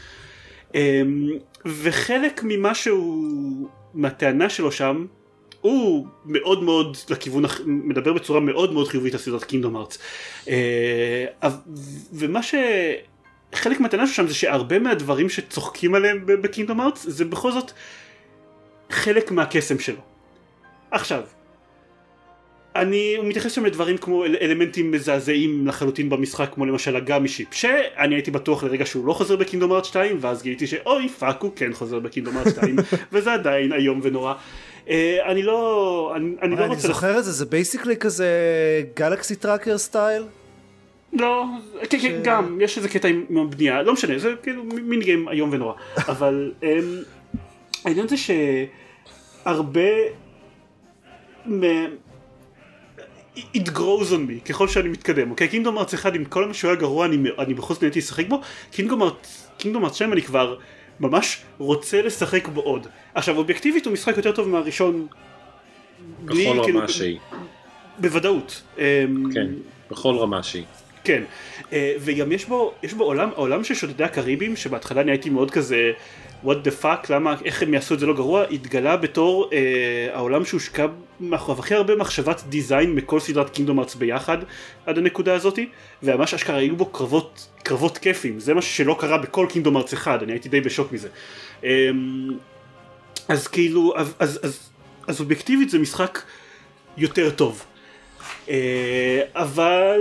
וחלק ממה שהוא, מהטענה שלו שם, הוא מאוד מאוד לכיוון, מדבר בצורה מאוד מאוד חיובית על סדרת קינגדום הארץ. ומה חלק מהטענה שם זה שהרבה מהדברים שצוחקים עליהם בקינגדום הארץ, זה בכל זאת חלק מהקסם שלו. עכשיו, הוא מתייחס שם לדברים כמו אלמנטים מזעזעים לחלוטין במשחק, כמו למשל הגאמי שיפ, שאני הייתי בטוח לרגע שהוא לא חוזר בקינגדום הארץ 2, ואז גיליתי שאוי פאק, הוא כן חוזר בקינגדום הארץ 2, וזה עדיין איום ונורא. אני לא רוצה... אני זוכר את זה, זה בייסיקלי כזה גלקסי טראקר סטייל? לא, גם, יש איזה קטע עם הבנייה, לא משנה, זה כאילו מין גיים איום ונורא, אבל העניין זה שהרבה it grows on me ככל שאני מתקדם, אוקיי? קינגדום הארץ 1 עם כל מה שהוא היה גרוע אני בכל זאת נהייתי לשחק בו, קינגדום הארץ 2 אני כבר ממש רוצה לשחק בו עוד. עכשיו אובייקטיבית הוא משחק יותר טוב מהראשון בכל רמה שהיא. בוודאות. כן, בכל רמה שהיא. כן, וגם יש בו העולם של שודדי הקריבים, שבהתחלה אני הייתי מאוד כזה what the fuck, למה, איך הם יעשו את זה לא גרוע, התגלה בתור העולם שהושקע מאחוריו הכי הרבה מחשבת דיזיין מכל סדרת קינגדום הארץ ביחד עד הנקודה הזאת, וממש אשכרה היו בו קרבות כיפים, זה משהו שלא קרה בכל קינגדום הארץ 1, אני הייתי די בשוק מזה. אז כאילו, אז אובייקטיבית זה משחק יותר טוב. אבל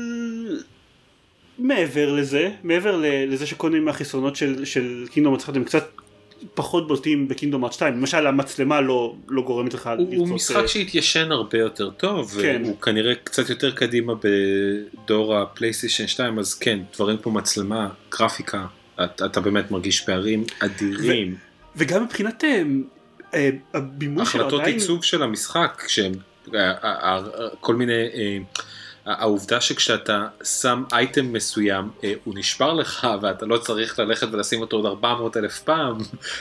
מעבר לזה שכל מיני מהחיסרונות של קינגדום הארץ 1 הם קצת פחות בולטים בקינגדום הארץ 2, למשל המצלמה לא גורמת לך לרצות. הוא משחק שהתיישן הרבה יותר טוב, כן. והוא כנראה קצת יותר קדימה בדור הפלייסטיישן 2, אז כן, דברים פה מצלמה, גרפיקה, אתה באמת מרגיש פערים אדירים. וגם מבחינת הבימוי שלו עדיין... החלטות עיצוב של המשחק, שהם כל מיני... העובדה שכשאתה שם אייטם מסוים הוא נשבר לך ואתה לא צריך ללכת ולשים אותו עוד 400,000 פעם,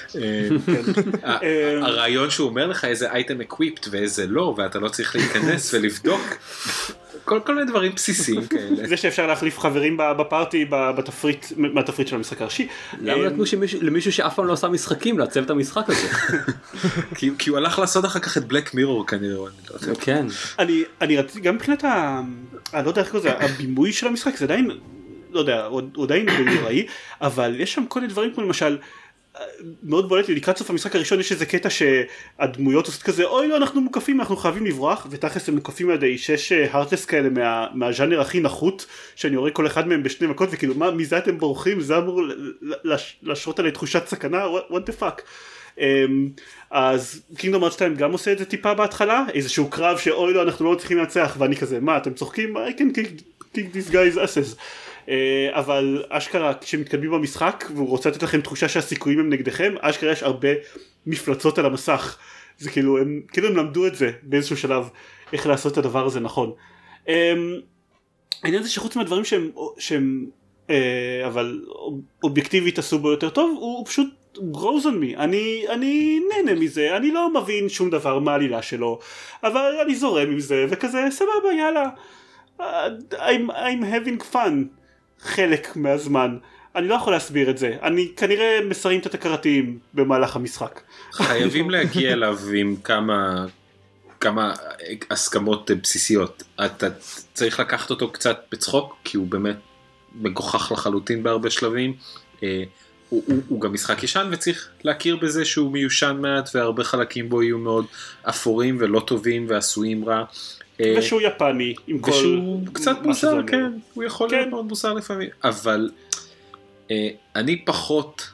הרעיון שהוא אומר לך איזה אייטם אקוויפט ואיזה לא, ואתה לא צריך להיכנס ולבדוק כל מיני דברים בסיסיים כאלה. זה שאפשר להחליף חברים בפארטי מהתפריט של המשחק הראשי. למה נתנו למישהו שאף פעם לא עשה משחקים לעצב את המשחק הזה? כי הוא הלך לעשות אחר כך את בלק מירור כנראה. כן. אני רציתי גם מבחינת אני לא יודע איך זה, הבימוי של המשחק זה עדיין, לא יודע, הוא עדיין נוראי, אבל יש שם כל מיני דברים כמו למשל, מאוד בולט לי, לקראת סוף המשחק הראשון יש איזה קטע שהדמויות עושות כזה, אוי לא, אנחנו מוקפים, אנחנו חייבים לברוח, ותכלס הם מוקפים על ידי 6 הרטלס כאלה מהז'אנר הכי נחות, שאני רואה כל אחד מהם ב2 מכות, וכאילו מזה אתם בורחים, זה אמור להשרות עלי תחושת סכנה, what the fuck. אז קינגדום הארץ 2 גם עושה את זה טיפה בהתחלה, איזשהו קרב שאוי לא, אנחנו לא צריכים לנצח, ואני כזה, מה אתם צוחקים? I can kick these guys asses. אבל אשכרה כשמתקדמים במשחק והוא רוצה לתת לכם תחושה שהסיכויים הם נגדכם, אשכרה יש הרבה מפלצות על המסך, זה כאילו הם למדו את זה באיזשהו שלב איך לעשות את הדבר הזה נכון. העניין זה שחוץ מהדברים שהם אבל אובייקטיבית עשו בו יותר טוב, הוא פשוט grows on me, אני נהנה מזה, אני לא מבין שום דבר מהעלילה שלו, אבל אני זורם עם זה וכזה סבבה יאללה, I'm having fun חלק מהזמן. אני לא יכול להסביר את זה, אני כנראה מסרים את התקרתיים במהלך המשחק. חייבים להגיע אליו עם כמה כמה הסכמות בסיסיות. אתה צריך לקחת אותו קצת בצחוק, כי הוא באמת מגוחך לחלוטין בהרבה שלבים. הוא גם משחק ישן, וצריך להכיר בזה שהוא מיושן מעט, והרבה חלקים בו יהיו מאוד אפורים ולא טובים ועשויים רע. ושהוא יפני, עם כל... ושהוא קצת מוזר, כן, הוא יכול להיות מאוד מוזר לפעמים, אבל אני פחות,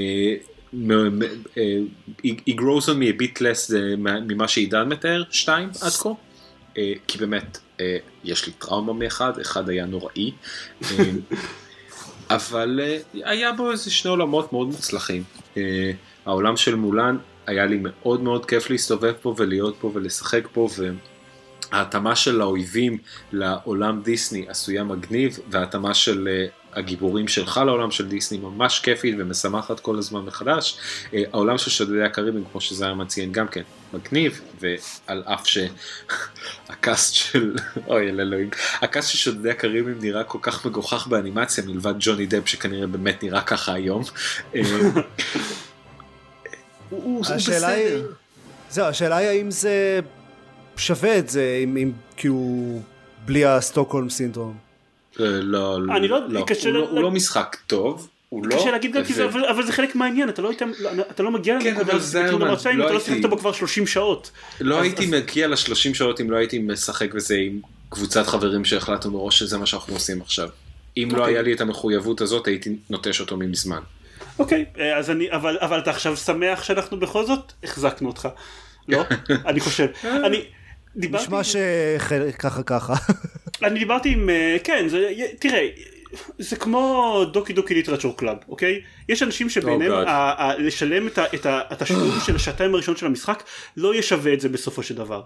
he grows on me a bit less ממה שעידן מתאר, 2 עד כה, כי באמת יש לי טראומה מאחד, אחד היה נוראי, אבל היה בו איזה 2 עולמות מאוד מוצלחים. העולם של מולן היה לי מאוד מאוד כיף להסתובב פה ולהיות פה ולשחק פה, וההתאמה של האויבים לעולם דיסני עשויה מגניב, וההתאמה של הגיבורים שלך לעולם של דיסני ממש כיפית ומשמחת כל הזמן מחדש. העולם של שודדי הקריבים, כמו שזה היה מציין, גם כן מגניב, ועל אף שהקאסט של אוי אלוהים, הקאסט של שודדי הקריבים נראה כל כך מגוחך באנימציה, מלבד ג'וני דפ שכנראה באמת נראה ככה היום. השאלה היא האם זה שווה את זה, אם כאילו בלי הסטוקהולם סינדרום. לא, הוא לא משחק טוב, קשה להגיד גם, אבל זה חלק מהעניין, אתה לא מגיע לנקודה, אתה לא שיחקת בו כבר 30 שעות. לא הייתי מגיע ל-30 שעות אם לא הייתי משחק בזה עם קבוצת חברים שהחלטנו מראש שזה מה שאנחנו עושים עכשיו. אם לא היה לי את המחויבות הזאת, הייתי נוטש אותו ממזמן. אוקיי, אבל אתה עכשיו שמח שאנחנו בכל זאת החזקנו אותך, לא? אני חושב. נשמע שככה. אני דיברתי עם, כן, תראה, זה כמו דוקי דוקי ליטרצ'ור קלאב, אוקיי? יש אנשים שביניהם לשלם את התשלום של השעתיים הראשון של המשחק לא ישווה את זה בסופו של דבר.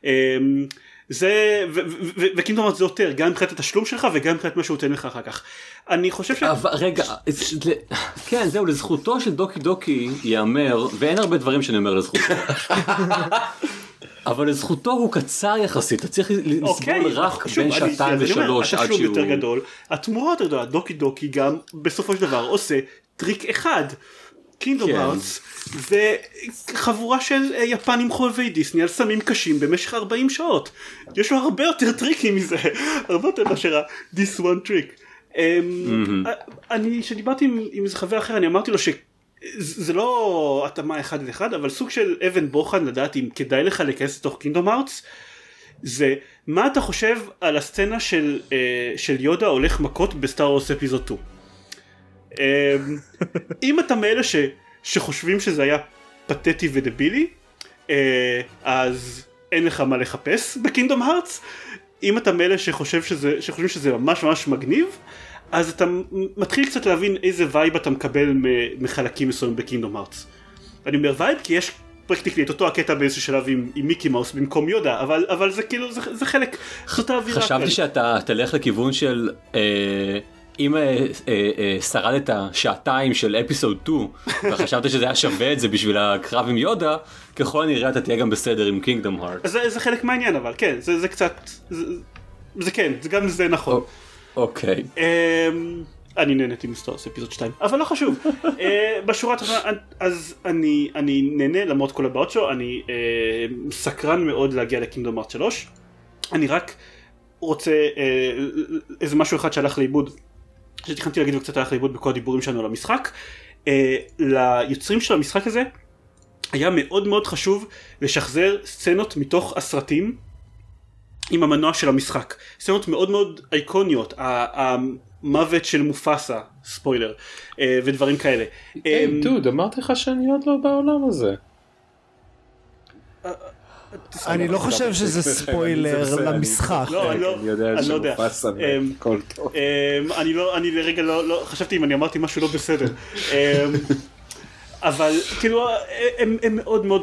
זה, וקינגדום הארץ זה יותר, גם מבחינת התשלום שלך וגם מבחינת מה שהוא תן לך אחר כך. אני חושב רגע, כן, זהו, לזכותו של דוקי דוקי יאמר, ואין הרבה דברים שאני אומר לזכותו. אבל לזכותו הוא קצר יחסית, אתה צריך לסבול רק בין 2 ו3 עד שהוא... יותר גדול, התמורה יותר גדולה, דוקי דוקי גם בסופו של דבר עושה טריק אחד, קינגדום הארץ, זה חבורה של יפנים חובבי דיסני על סמים קשים במשך 40 שעות, יש לו הרבה יותר טריקים מזה, הרבה יותר מאשר ה-this one trick. אני שדיברתי עם איזה חבר אחר, אני אמרתי לו זה לא התאמה אחד לאחד, אבל סוג של אבן בוחן לדעת אם כדאי לך להיכנס לתוך קינגדום הארץ, זה מה אתה חושב על הסצנה של יודה הולך מכות בסטאר וורס אפיזוד 2. אם אתה מאלה שחושבים שזה היה פתטי ודבילי, אז אין לך מה לחפש בקינגדום הארץ. אם אתה מאלה שחושבים שזה ממש ממש מגניב, אז אתה מתחיל קצת להבין איזה וייב אתה מקבל מחלקים מסוים בקינגדום הארץ. אני אומר וייב כי יש פרקטיקלי את אותו הקטע באיזשהו שלב עם מיקי מאוס במקום יודה, אבל זה כאילו, זה חלק, זאת האווירה. חשבתי שאתה תלך לכיוון של אם שרדת שעתיים של אפיסוד 2, וחשבת שזה היה שווה את זה בשביל הקרב עם יודה, ככל הנראה אתה תהיה גם בסדר עם קינגדום הארץ. זה חלק מהעניין, אבל כן, זה קצת, זה כן, גם זה נכון. אוקיי. אני נהניתי מסטאר וורס אפיזוד 2, אבל לא חשוב. בשורה התחתונה, אז אני נהנה למרות כל הבעיות שלו, אני סקרן מאוד להגיע לקינגדום הארץ 3. אני רק רוצה איזה משהו אחד שהלך לאיבוד, שתכנתי להגיד וקצת הלך לאיבוד בכל הדיבורים שלנו על המשחק. ליוצרים של המשחק הזה היה מאוד מאוד חשוב לשחזר סצנות מתוך הסרטים עם המנוע של המשחק, סצנות מאוד מאוד אייקוניות, המוות של מופסה, ספוילר, ודברים כאלה. דוד, אמרתי לך שאני עוד לא בעולם הזה. אני לא חושב שזה ספוילר למשחק. אני יודע שמופסה הכל טוב. אני לרגע לא, חשבתי אם אני אמרתי משהו לא בסדר. אבל כאילו, הם מאוד מאוד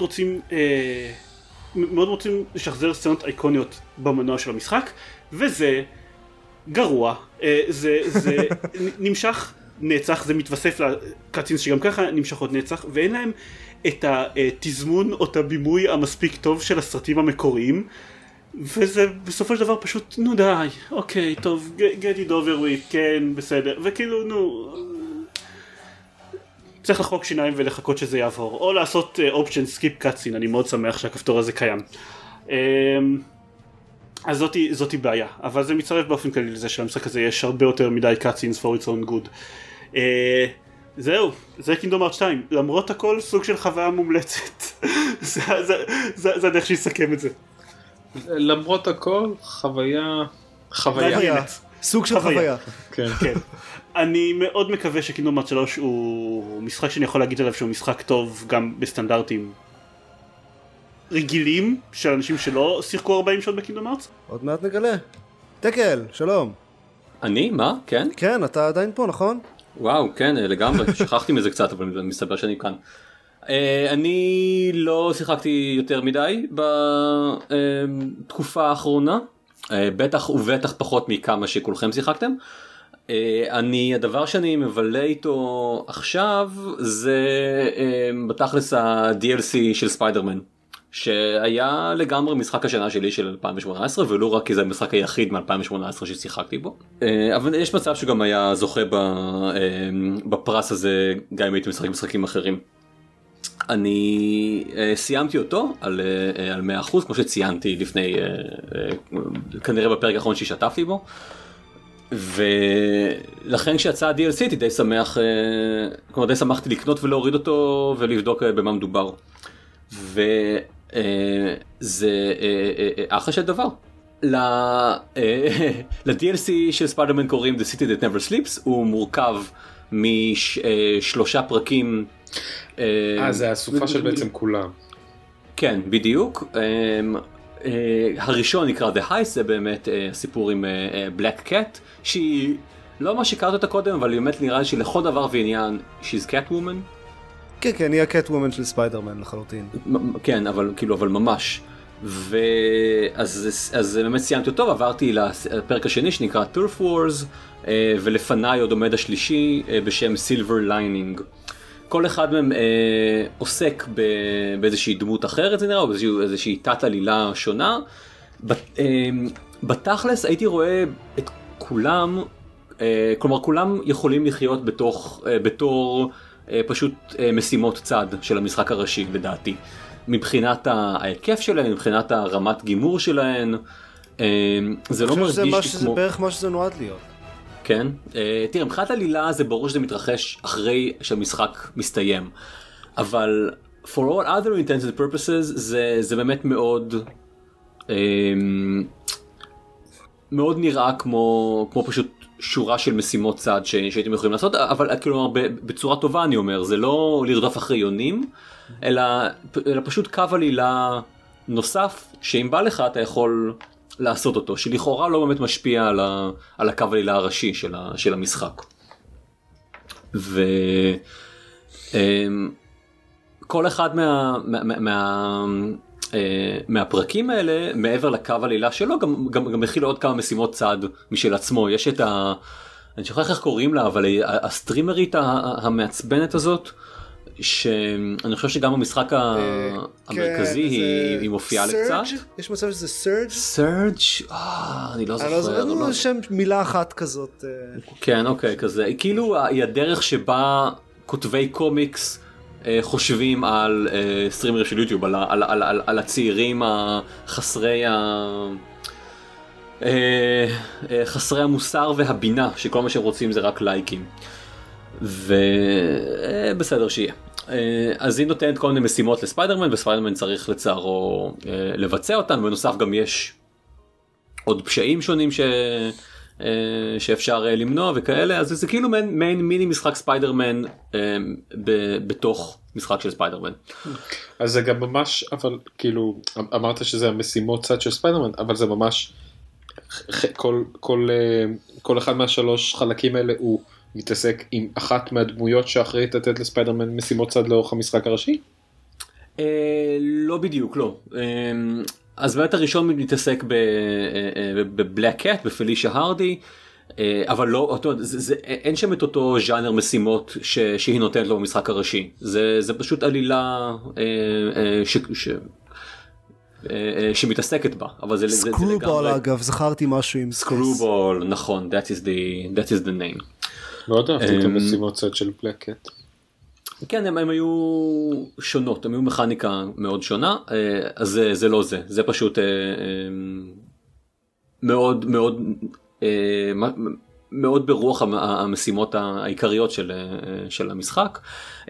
רוצים לשחזר סצנות אייקוניות במנוע של המשחק, וזה גרוע, זה נמשך נצח, זה מתווסף לקאצינס שגם ככה נמשכות נצח, ואין להם את התזמון או את הבימוי המספיק טוב של הסרטים המקוריים, וזה בסופו של דבר פשוט, נו די, אוקיי, טוב, get it over with, כן, בסדר, וכאילו, נו, צריך לחוק שיניים ולחכות שזה יעבור, או לעשות אופשן סקיפ קאצין, אני מאוד שמח שהכפתור הזה קיים. אז זאתי בעיה, אבל זה מצטרף באופן כללי לזה שלמשחק הזה יש הרבה יותר מדי cutscenes for its own good. זהו, זה קינגדום הארץ 2, למרות הכל סוג של חוויה מומלצת. זה הדרך שיסכם את זה. למרות הכל חוויה. סוג של חוויה. כן. אני מאוד מקווה שקינגדום הארץ 3 הוא משחק שאני יכול להגיד עליו שהוא משחק טוב גם בסטנדרטים רגילים של אנשים שלא שיחקו 40 שעות בקינגדום הארץ. עוד מעט נגלה. תקל, שלום. אני? מה? כן? כן, אתה עדיין פה, נכון? וואו, כן, לגמרי, שכחתי מזה קצת, אבל מסתבר שאני כאן. אני לא שיחקתי יותר מדי בתקופה האחרונה, בטח ובטח פחות מכמה שכולכם שיחקתם. הדבר שאני מבלה איתו עכשיו זה בתכלס ה-DLC של ספיידרמן, שהיה לגמרי משחק השנה שלי של 2018, ולא רק כי זה המשחק היחיד מ-2018 ששיחקתי בו. אבל יש מצב שגם היה זוכה בפרס הזה, גם אם הייתי משחק משחקים אחרים. אני סיימתי אותו על 100%, כמו שציינתי לפני, כנראה בפרק האחרון ששתפתי בו. ולכן כשיצא ה-DLC הייתי די שמח, כלומר די שמחתי לקנות ולהוריד אותו ולבדוק במה מדובר. זה אחלה של דבר. ל-DLC של ספיידרמן קוראים The City That Never Sleeps, הוא מורכב מ3 פרקים. זה הסופה של בעצם כולם. כן, בדיוק. הראשון נקרא The Heist, זה באמת הסיפור עם Black Cat, שהיא לא מה שהכרת אותה קודם, אבל באמת נראה לי שלכל דבר ועניין She's Catwoman. כן, היא הקטוומן של ספיידרמן לחלוטין. כן, אבל ממש. אז באמת סיימתי אותו, ועברתי לפרק השני שנקרא Turf Wars, ולפניי עוד עומד השלישי בשם Silver Lining. כל אחד מהם עוסק באיזושהי דמות אחרת, זה נראה, או איזושהי תת עלילה שונה. בתכלס הייתי רואה את כולם, כלומר כולם יכולים לחיות בתור פשוט משימות צד של המשחק הראשי לדעתי. מבחינת ההיקף שלהן, מבחינת הרמת גימור שלהן, זה לא מרגיש לי כמו... זה בערך מה שזה נועד להיות. כן, תראה, מבחינת עלילה זה ברור שזה מתרחש אחרי שהמשחק מסתיים, אבל for all other intents and purposes זה באמת מאוד נראה כמו פשוט שורה של משימות צד שהייתם יכולים לעשות, אבל כלומר בצורה טובה אני אומר, זה לא לרדוף אחרי יונים, אלא פשוט קו עלילה נוסף, שאם בא לך אתה יכול לעשות אותו, שלכאורה לא באמת משפיע על הקו עלילה הראשי של המשחק. וכל אחד מהפרקים האלה, מעבר לקו עלילה שלו, גם מכיל עוד כמה משימות צד משל עצמו. יש את אני שוכח איך קוראים לה, אבל הסטרימרית המעצבנת הזאת, שאני חושב שגם במשחק המרכזי היא מופיעה לקצת. יש מצב שזה סרג'? סרג'? אני לא זוכר. זה שם מילה אחת כזאת. כן, אוקיי, כזה. כאילו היא הדרך שבה כותבי קומיקס חושבים על סטרימר של יוטיוב, על הצעירים חסרי המוסר והבינה, שכל מה שהם רוצים זה רק לייקים. ובסדר שיהיה. אז היא נותנת כל מיני משימות לספיידרמן, וספיידרמן צריך לצערו לבצע אותן, בנוסף גם יש עוד פשעים שונים שאפשר למנוע וכאלה, אז זה כאילו מעין מיני משחק ספיידרמן בתוך משחק של ספיידרמן. אז זה גם ממש, אבל כאילו אמרת שזה המשימות צד של ספיידרמן, אבל זה ממש כל אחד מהשלוש חלקים האלה הוא מתעסק עם אחת מהדמויות שאחראית לתת לספיידרמן משימות צד לאורך המשחק הראשי? לא בדיוק, לא. אז באמת הראשון מתעסק בבלק קאט, בפלישה הרדי, אבל לא, אין שם את אותו ז'אנר משימות שהיא נותנת לו במשחק הראשי. זה פשוט עלילה שמתעסקת בה, אבל זה סקרובול אגב, זכרתי משהו עם סקרובול, נכון, that is the name. מאוד אהבתי את המשימות צד של בלק קאט. כן, הם היו שונות, הם היו מכניקה מאוד שונה, אז זה לא זה, זה פשוט מאוד מאוד מאוד ברוח המשימות העיקריות של המשחק.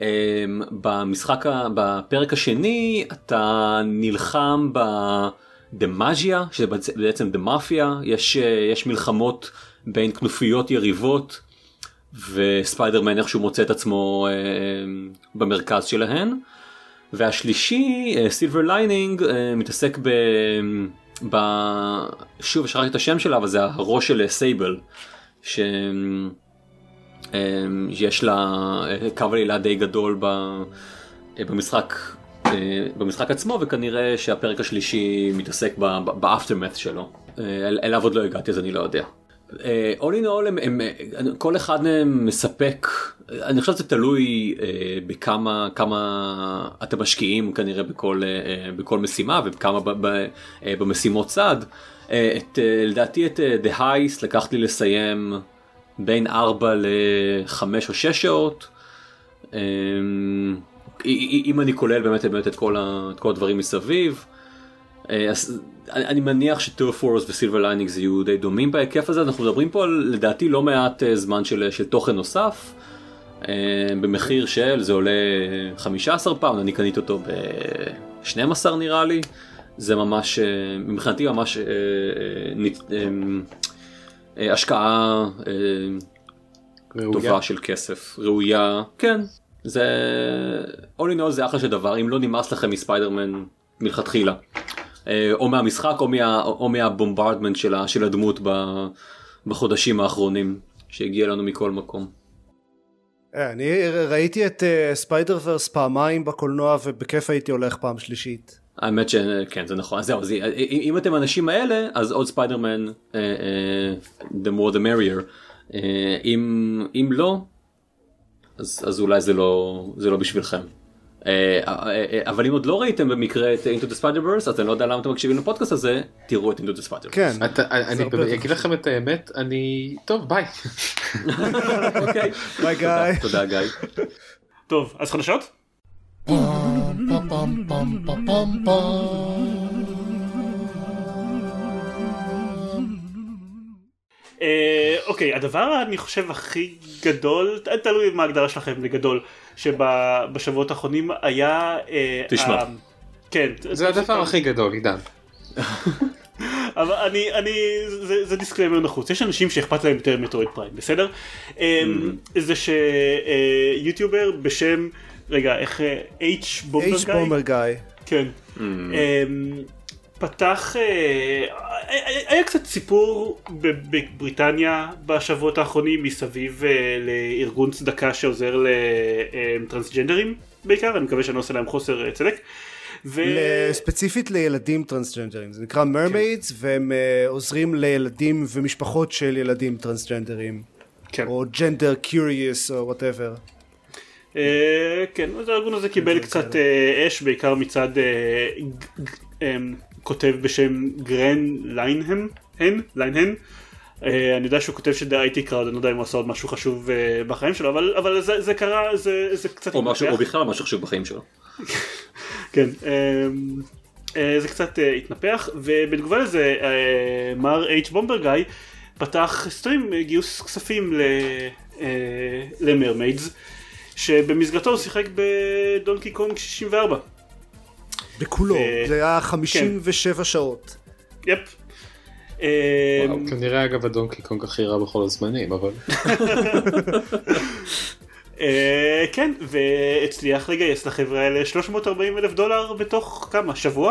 בפרק השני אתה נלחם בדמאג'יה, שזה בעצם דמאפיה, יש מלחמות בין כנופיות יריבות, וספיידרמן איכשהו מוצא את עצמו במרכז שלהן. והשלישי, סילבר ליינינג, מתעסק שוב שכחתי את השם שלה, אבל זה הראש של סייבל, שיש לה קו עלילה די גדול במשחק עצמו, וכנראה שהפרק השלישי מתעסק באפטרמת' שלו. אליו עוד לא הגעתי, אז אני לא יודע. all in all, כל אחד מהם מספק, אני חושב שזה תלוי בכמה אתם משקיעים כנראה בכל משימה, וכמה במשימות צד. לדעתי את The Heist לקח לי לסיים בין 4 ל-5 או 6 שעות, אם אני כולל באמת את כל הדברים מסביב. אז אני מניח ש-Two of Wars ו-Silver Linings יהיו די דומים בהיקף הזה. אנחנו מדברים פה על לדעתי לא מעט זמן של תוכן נוסף, במחיר של זה עולה 15 פאונד, אני קניתי אותו ב-12 נראה לי. זה ממש, מבחינתי ממש השקעה טובה של כסף, ראויה. כן, זה all in all זה אחלה של דבר, אם לא נמאס לכם מספיידרמן מלכתחילה, או מהמשחק או מהבומברדמנט של הדמות בחודשים האחרונים שהגיע לנו מכל מקום. אני ראיתי את ספיידר ורס פעמיים בקולנוע, ובכיף הייתי הולך פעם שלישית. האמת שכן, זה נכון. אז זהו, אם אתם האנשים האלה, אז עוד ספיידרמן, the more the merrier. אם לא, אז אולי זה לא בשבילכם. אבל אם עוד לא ראיתם במקרה את Into the Spider-Verse, אז אני לא יודע למה אתם מקשיבים לפודקאסט הזה, תראו את Into the Spider-Verse. כן. אני אגיד לכם את האמת, טוב, ביי. אוקיי. ביי גיא. תודה גיא. טוב, אז חדשות? אוקיי, הדבר אני חושב הכי גדול, תלוי מה ההגדרה שלכם לגדול, שבשבועות האחרונים היה... תשמע. כן. זה הדבר הכי גדול, עידן. אבל זה דיסקליימר נחוץ, יש אנשים שאכפת להם יותר מטרויד פריים, בסדר? זה שיוטיובר בשם, רגע, איך, H בומבר גיא. כן. פתח, היה קצת סיפור בבריטניה בשבועות האחרונים מסביב לארגון צדקה שעוזר לטרנסג'נדרים בעיקר, אני מקווה שאני עושה להם חוסר צדק. ספציפית לילדים טרנסג'נדרים, זה נקרא מרמיידס, והם עוזרים לילדים ומשפחות של ילדים טרנסג'נדרים, או ג'נדר קיוריוס או whatever. כן, אז הארגון הזה קיבל קצת אש, בעיקר מצד כותב בשם גרן ליינהן, אני יודע שהוא כותב שזה IT קראוד, אני לא יודע אם הוא עשה עוד משהו חשוב בחיים שלו, אבל זה קרה, זה קצת... או בכלל משהו חשוב בחיים שלו. כן, זה קצת התנפח, ובתגובה לזה מר H בומברגאי פתח סטרים גיוס כספים למרמיידס, שבמסגרתו הוא שיחק בדונקי קונג 64. בכולו, זה היה 57 שעות. יפ. כנראה אגב הדונקי קונג הכי רע בכל הזמנים, אבל... כן, והצליח לגייס לחברה האלה $340,000 בתוך כמה? שבוע?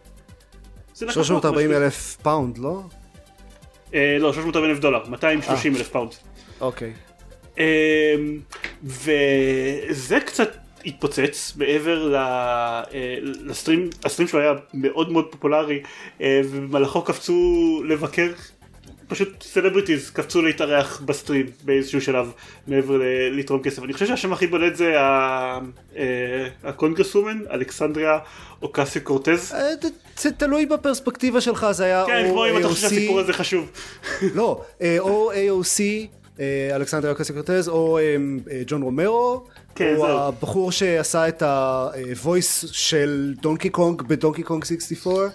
340,000 פאונד, לא? לא, $340,000, $230,000 פאונד. אוקיי. וזה קצת התפוצץ מעבר לסטרים, הסטרים שלו היה מאוד מאוד פופולרי, ובמהלכו קפצו לבקר, פשוט סלבריטיז קפצו להתארח בסטרים באיזשהו שלב מעבר לתרום כסף. אני חושב שהשם הכי בולט זה הקונגרסומן, אלכסנדריה אוקסיו קורטז. זה תלוי בפרספקטיבה שלך, זה היה כן, כמו אם אתה חושב שהסיפור הזה חשוב. לא, או AOC אלכסנדר אוקסיו-קורטז, או ג'ון רומרו, או הבחור שעשה את הוויס של דונקי קונג בדונקי קונג 64.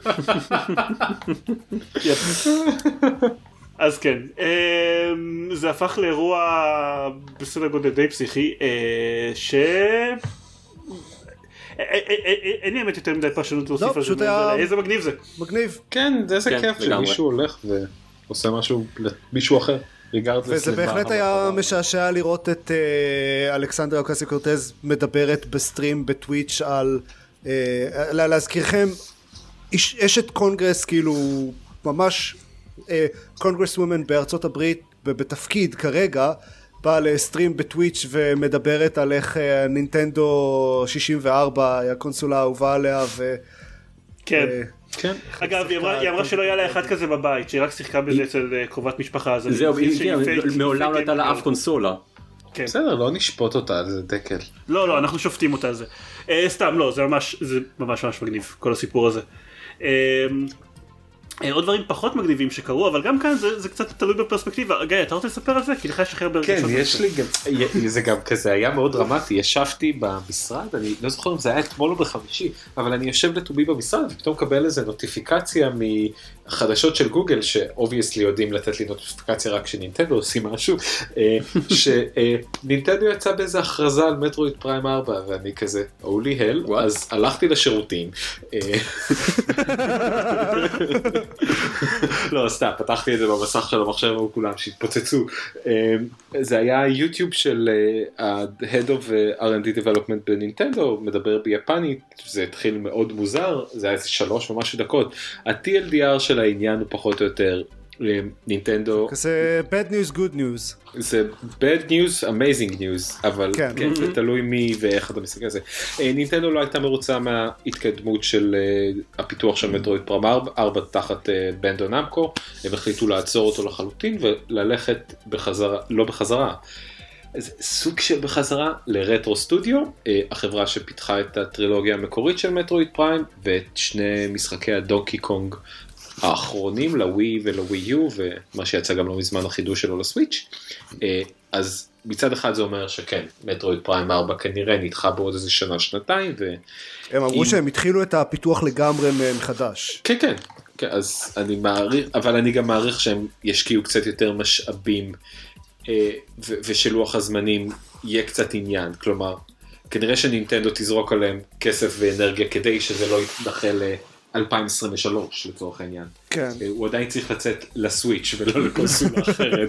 אז כן, זה הפך לאירוע בסדר גודל די פסיכי, אין לי האמת יותר מדי פרשנות להוסיף על זה, איזה מגניב זה. מגניב. כן, זה כיף שמישהו הולך ועושה משהו למישהו אחר. וזה בהחלט היה משעשע לראות את אלכסנדרה אוקסיו-קורטז מדברת בסטרים בטוויץ' על, להזכירכם, אשת קונגרס, כאילו ממש קונגרס וומן בארצות הברית בתפקיד כרגע, באה לסטרים בטוויץ' ומדברת על איך נינטנדו 64 היא הקונסולה האהובה עליה כן. אגב, היא אמרה שלא היה לה אחד כזה בבית, שהיא רק שיחקה בזה אצל קרובת משפחה. זהו, מעולם לא הייתה לה אף קונסולה. בסדר, לא נשפוט אותה על זה דקל. לא, אנחנו שופטים אותה על זה. סתם, לא, זה ממש מגניב, כל הסיפור הזה. עוד דברים פחות מגניבים שקרו, אבל גם כאן זה קצת תלוי בפרספקטיבה. גיא, אתה רוצה לספר על זה? כי לך יש אחר ברגשות. כן, יש לי גם, זה גם כזה היה מאוד דרמטי, ישבתי במשרד, אני לא זוכר אם זה היה אתמול או בחמישי, אבל אני יושב לטובי במשרד, ופתאום מקבל איזה נוטיפיקציה מחדשות של גוגל, שאובייסלי יודעים לתת לי נוטיפיקציה רק שנינטנדו עושים משהו, שנינטנדו יצא באיזה הכרזה על מטרויד פריים 4, ואני כזה, holy hell, אז הלכתי לשירותים, לא, סתם, פתחתי את זה במסך של המחשב וכולם שהתפוצצו. זה היה יוטיוב של ה-Head of R&D Development בנינטנדו, מדבר ביפנית, זה התחיל מאוד מוזר, זה היה איזה 3 ומשהו דקות. ה-TLDR של העניין הוא פחות או יותר נינטנדו. זה bad news, good news. זה bad news, amazing news, אבל כן, זה תלוי מי ואיך אתה מסתכל על זה. נינטנדו לא הייתה מרוצה מההתקדמות של הפיתוח של מטרויד פריים 4 תחת בנדו נאמקו, הם החליטו לעצור אותו לחלוטין וללכת בחזרה, לא בחזרה, סוג של בחזרה לרטרו סטודיו, החברה שפיתחה את הטרילוגיה המקורית של מטרויד פריים ואת שני משחקי הדונקי קונג האחרונים לווי ולווי יו, ומה שיצא גם לא מזמן החידוש שלו לסוויץ'. אז מצד אחד זה אומר שכן, מטרויד פריים 4 כנראה נדחה בעוד איזה שנה, שנתיים. הם אמרו שהם התחילו את הפיתוח לגמרי מחדש. כן, אז אני מעריך, אבל אני גם מעריך שהם ישקיעו קצת יותר משאבים, ושלוח הזמנים יהיה קצת עניין, כלומר, כנראה שנינטנדו תזרוק עליהם כסף ואנרגיה כדי שזה לא יתדחה 2023 לצורך העניין. כן. הוא עדיין צריך לצאת לסוויץ' ולא לקונסולה אחרת.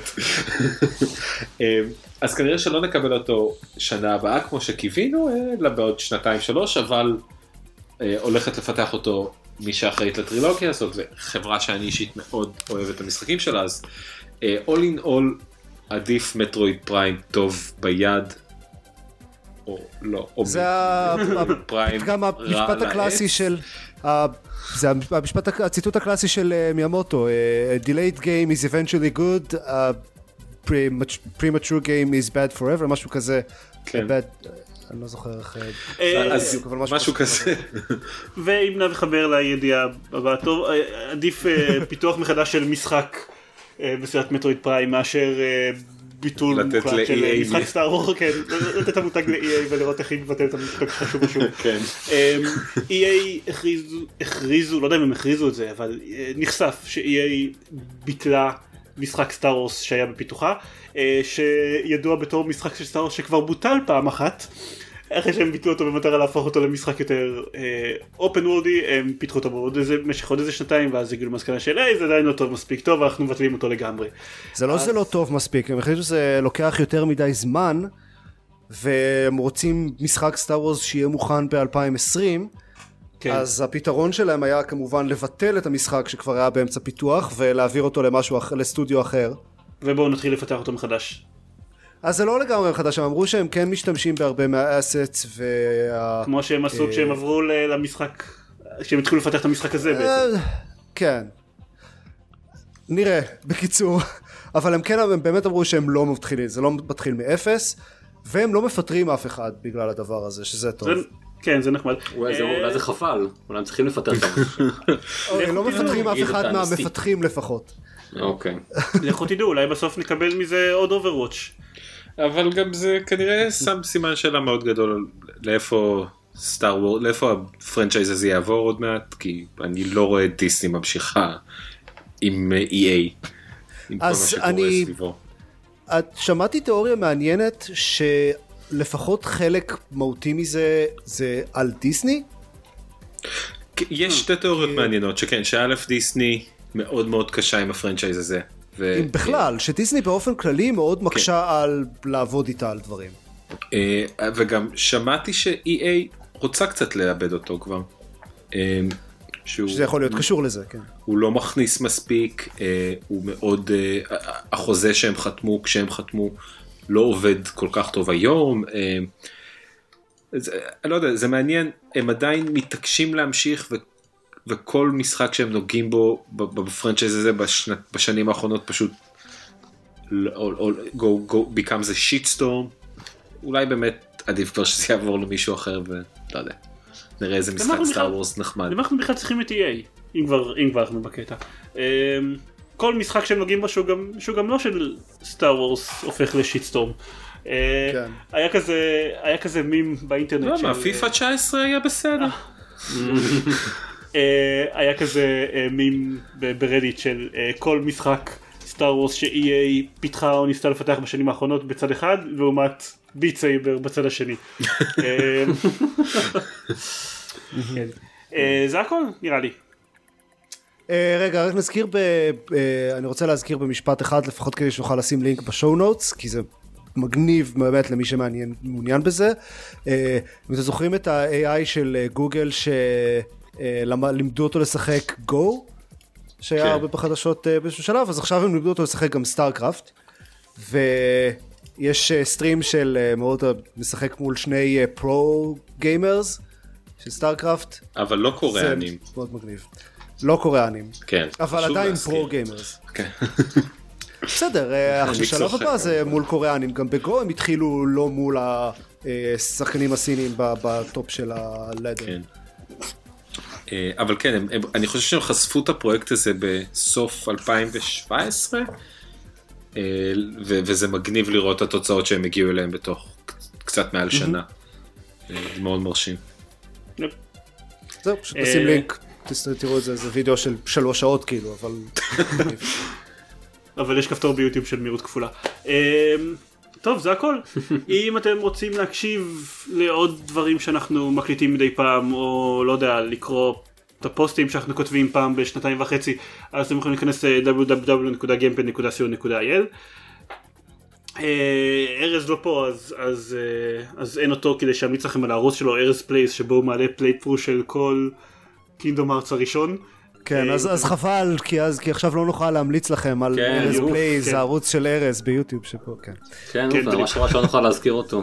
אז כנראה שלא נקבל אותו שנה הבאה כמו שקיווינו, אלא בעוד 2-3, אבל הולכת לפתח אותו מי שאחראית לטרילוגיה הזאת, וחברה שאני אישית מאוד אוהבת את המשחקים שלה, אז all in all עדיף מטרויד פריים טוב ביד, או לא, או פריים גם המשפט הקלאסי של זה המשפט, הציטוט הקלאסי של מיאמוטו, delayed game is eventually good, premature game is bad forever, משהו כזה. כן. אני לא זוכר איך, משהו כזה. ואם נחבר לידיעה הבאה, טוב, עדיף פיתוח מחדש של משחק בסרט מטרויד פריים מאשר ביטול מוחלט של משחק סטאר וורס, כן, לתת את המותג ל-EA ולראות איך היא מבטל את המותג חשוב משהו. כן. EA הכריזו, לא יודע אם הם הכריזו את זה, אבל נחשף ש-EA ביטלה משחק סטאר וורס שהיה בפיתוחה, שידוע בתור משחק של סטאר וורס שכבר בוטל פעם אחת, אחרי שהם ביטלו אותו במטרה להפוך אותו למשחק יותר אופן וורדי, הם פיתחו אותו במשך עוד איזה שנתיים, ואז הגיעו למסקנה של זה עדיין לא טוב מספיק טוב, אנחנו מבטלים אותו לגמרי. זה לא שזה לא טוב מספיק, הם החליטו שזה לוקח יותר מדי זמן, והם רוצים משחק סטאר וורס שיהיה מוכן ב-2020, אז הפתרון שלהם היה כמובן לבטל את המשחק שכבר היה באמצע פיתוח, ולהעביר אותו למשהו אחר, לסטודיו אחר. ובואו נתחיל לפתח אותו מחדש. אז זה לא לגמרי מחדש, הם אמרו שהם כן משתמשים בהרבה מהאסטס כמו שהם עשו כשהם עברו למשחק, כשהם התחילו לפתח את המשחק הזה בעצם. כן. נראה, בקיצור. אבל הם כן, הם באמת אמרו שהם לא מתחילים, זה לא מתחיל מאפס, והם לא מפטרים אף אחד בגלל הדבר הזה, שזה טוב. כן, זה נחמד. אולי זה חפל, אולי הם צריכים לפטר את זה. הם לא מפטרים אף אחד מהמפתחים לפחות. אוקיי. לכו תדעו, אולי בסוף נקבל מזה עוד Overwatch. אבל גם זה כנראה שם סימן שאלה מאוד גדול לאיפה סטאר וורס, לאיפה הפרנצ'ייז הזה יעבור עוד מעט, כי אני לא רואה את דיסני ממשיכה עם EA, עם כל מה שקורה סביבו. שמעתי תיאוריה מעניינת שלפחות חלק מהותי מזה זה על דיסני? יש שתי תיאוריות מעניינות, שכן, שא' דיסני מאוד מאוד קשה עם הפרנצ'ייז הזה. בכלל, שדיסני באופן כללי מאוד מקשה על לעבוד איתה על דברים. וגם שמעתי ש-EA רוצה קצת לאבד אותו כבר. שזה יכול להיות קשור לזה, כן. הוא לא מכניס מספיק, הוא מאוד, החוזה שהם חתמו, כשהם חתמו, לא עובד כל כך טוב היום. אני לא יודע, זה מעניין, הם עדיין מתעקשים להמשיך, וכל משחק שהם נוגעים בו, בפרנצ'ייז הזה, בשנים האחרונות פשוט, becomes a shitstorm. אולי באמת עדיף כבר שזה יעבור למישהו אחר, ולא יודע. נראה איזה משחק סטאר וורס נחמד. למה אנחנו בכלל צריכים את EA, אם כבר אנחנו בקטע. כל משחק שהם נוגעים בו שהוא גם לא של סטאר וורס הופך לשיטסטורם. היה כזה מים באינטרנט. לא, מה, פיפה 19 היה בסדר. היה כזה מים ברדיט של כל משחק סטאר וורס ש-EA פיתחה או ניסתה לפתח בשנים האחרונות בצד אחד, לעומת ביט סייבר בצד השני. זה הכל נראה לי. רגע, רק נזכיר, אני רוצה להזכיר במשפט אחד לפחות כדי שנוכל לשים לינק בשואו נוטס, כי זה מגניב באמת למי שמעוניין בזה. אם אתם זוכרים את ה-AI של גוגל שלימדו אותו לשחק גו, שהיה הרבה בחדשות באיזשהו שלב, אז עכשיו הם לימדו אותו לשחק גם סטארקראפט, ויש סטרים של מאוד משחק מול שני פרו גיימרס של סטארקראפט. אבל לא קוריאנים. זה מאוד מגניב. לא קוריאנים. כן. אבל עדיין פרו גיימרס. כן. בסדר, השלב הבא זה מול קוריאנים, גם בגו הם התחילו לא מול השחקנים הסינים בטופ של הלדר. כן. אבל כן, אני חושב שהם חשפו את הפרויקט הזה בסוף 2017, וזה מגניב לראות את התוצאות שהם הגיעו אליהם בתוך קצת מעל שנה. מאוד מרשים. זהו, פשוט נשים לינק, תראו את זה, זה וידאו של 3 שעות כאילו, אבל... אבל יש כפתור ביוטיוב של מהירות כפולה. טוב, זה הכל. אם אתם רוצים להקשיב לעוד דברים שאנחנו מקליטים מדי פעם, או לא יודע, לקרוא את הפוסטים שאנחנו כותבים פעם בשנתיים וחצי, אז אתם יכולים להיכנס www.gamepad.co.il. ארז לא פה, אז אין אותו כדי שאמליץ לכם על הערוץ שלו, ארז פלייס, שבו הוא מעלה פלייפרו של כל קינגדום הארץ הראשון. כן, אז חבל, כי עכשיו לא נוכל להמליץ לכם על ארז פלייס, הערוץ של ארז ביוטיוב שפה, כן. כן, ממש לא נוכל להזכיר אותו.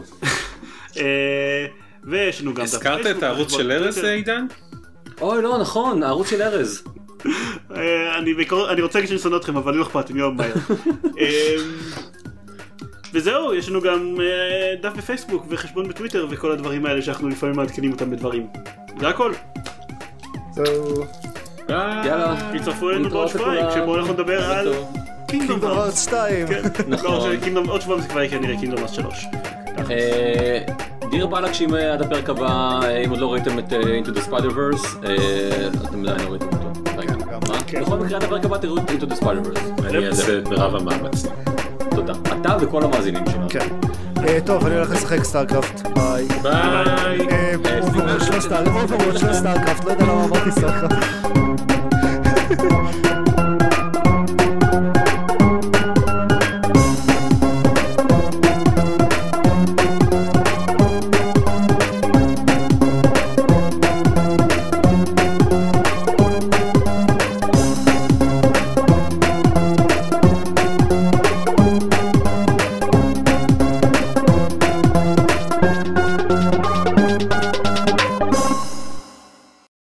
ויש לנו גם... הזכרת את הערוץ של ארז, עידן? אוי, לא, נכון, הערוץ של ארז. אני רוצה להגיד שאני שונא אתכם, אבל לא אכפת, אני אוהב מהר. וזהו, יש לנו גם דף בפייסבוק וחשבון בטוויטר וכל הדברים האלה שאנחנו לפעמים מעדכנים אותם בדברים. זה הכל. זהו. יאללה. תצטרפו אלינו בעוד שבועיים, שבו אנחנו נדבר על קינגדום הארץ 2. נכון. עוד שבועיים זה כבר יהיה כנראה קינגדום הארץ 3. דיר בלק שאם עד הפרק הבא, אם עוד לא ראיתם את Into the Spider-Verse, אתם עדיין לא ראיתם אותו. בכל מקרה עד הפרק הבא תראו את Into the Spider-Verse. אני אעשה ברב המאמץ. תודה. אתה וכל המאזינים שלנו. כן. טוב, אני הולך לשחק סטארקראפט. ביי. ביי. אוברוואץ' לא סטארקראפט, לא יודע למה אמרתי סטארקראפט.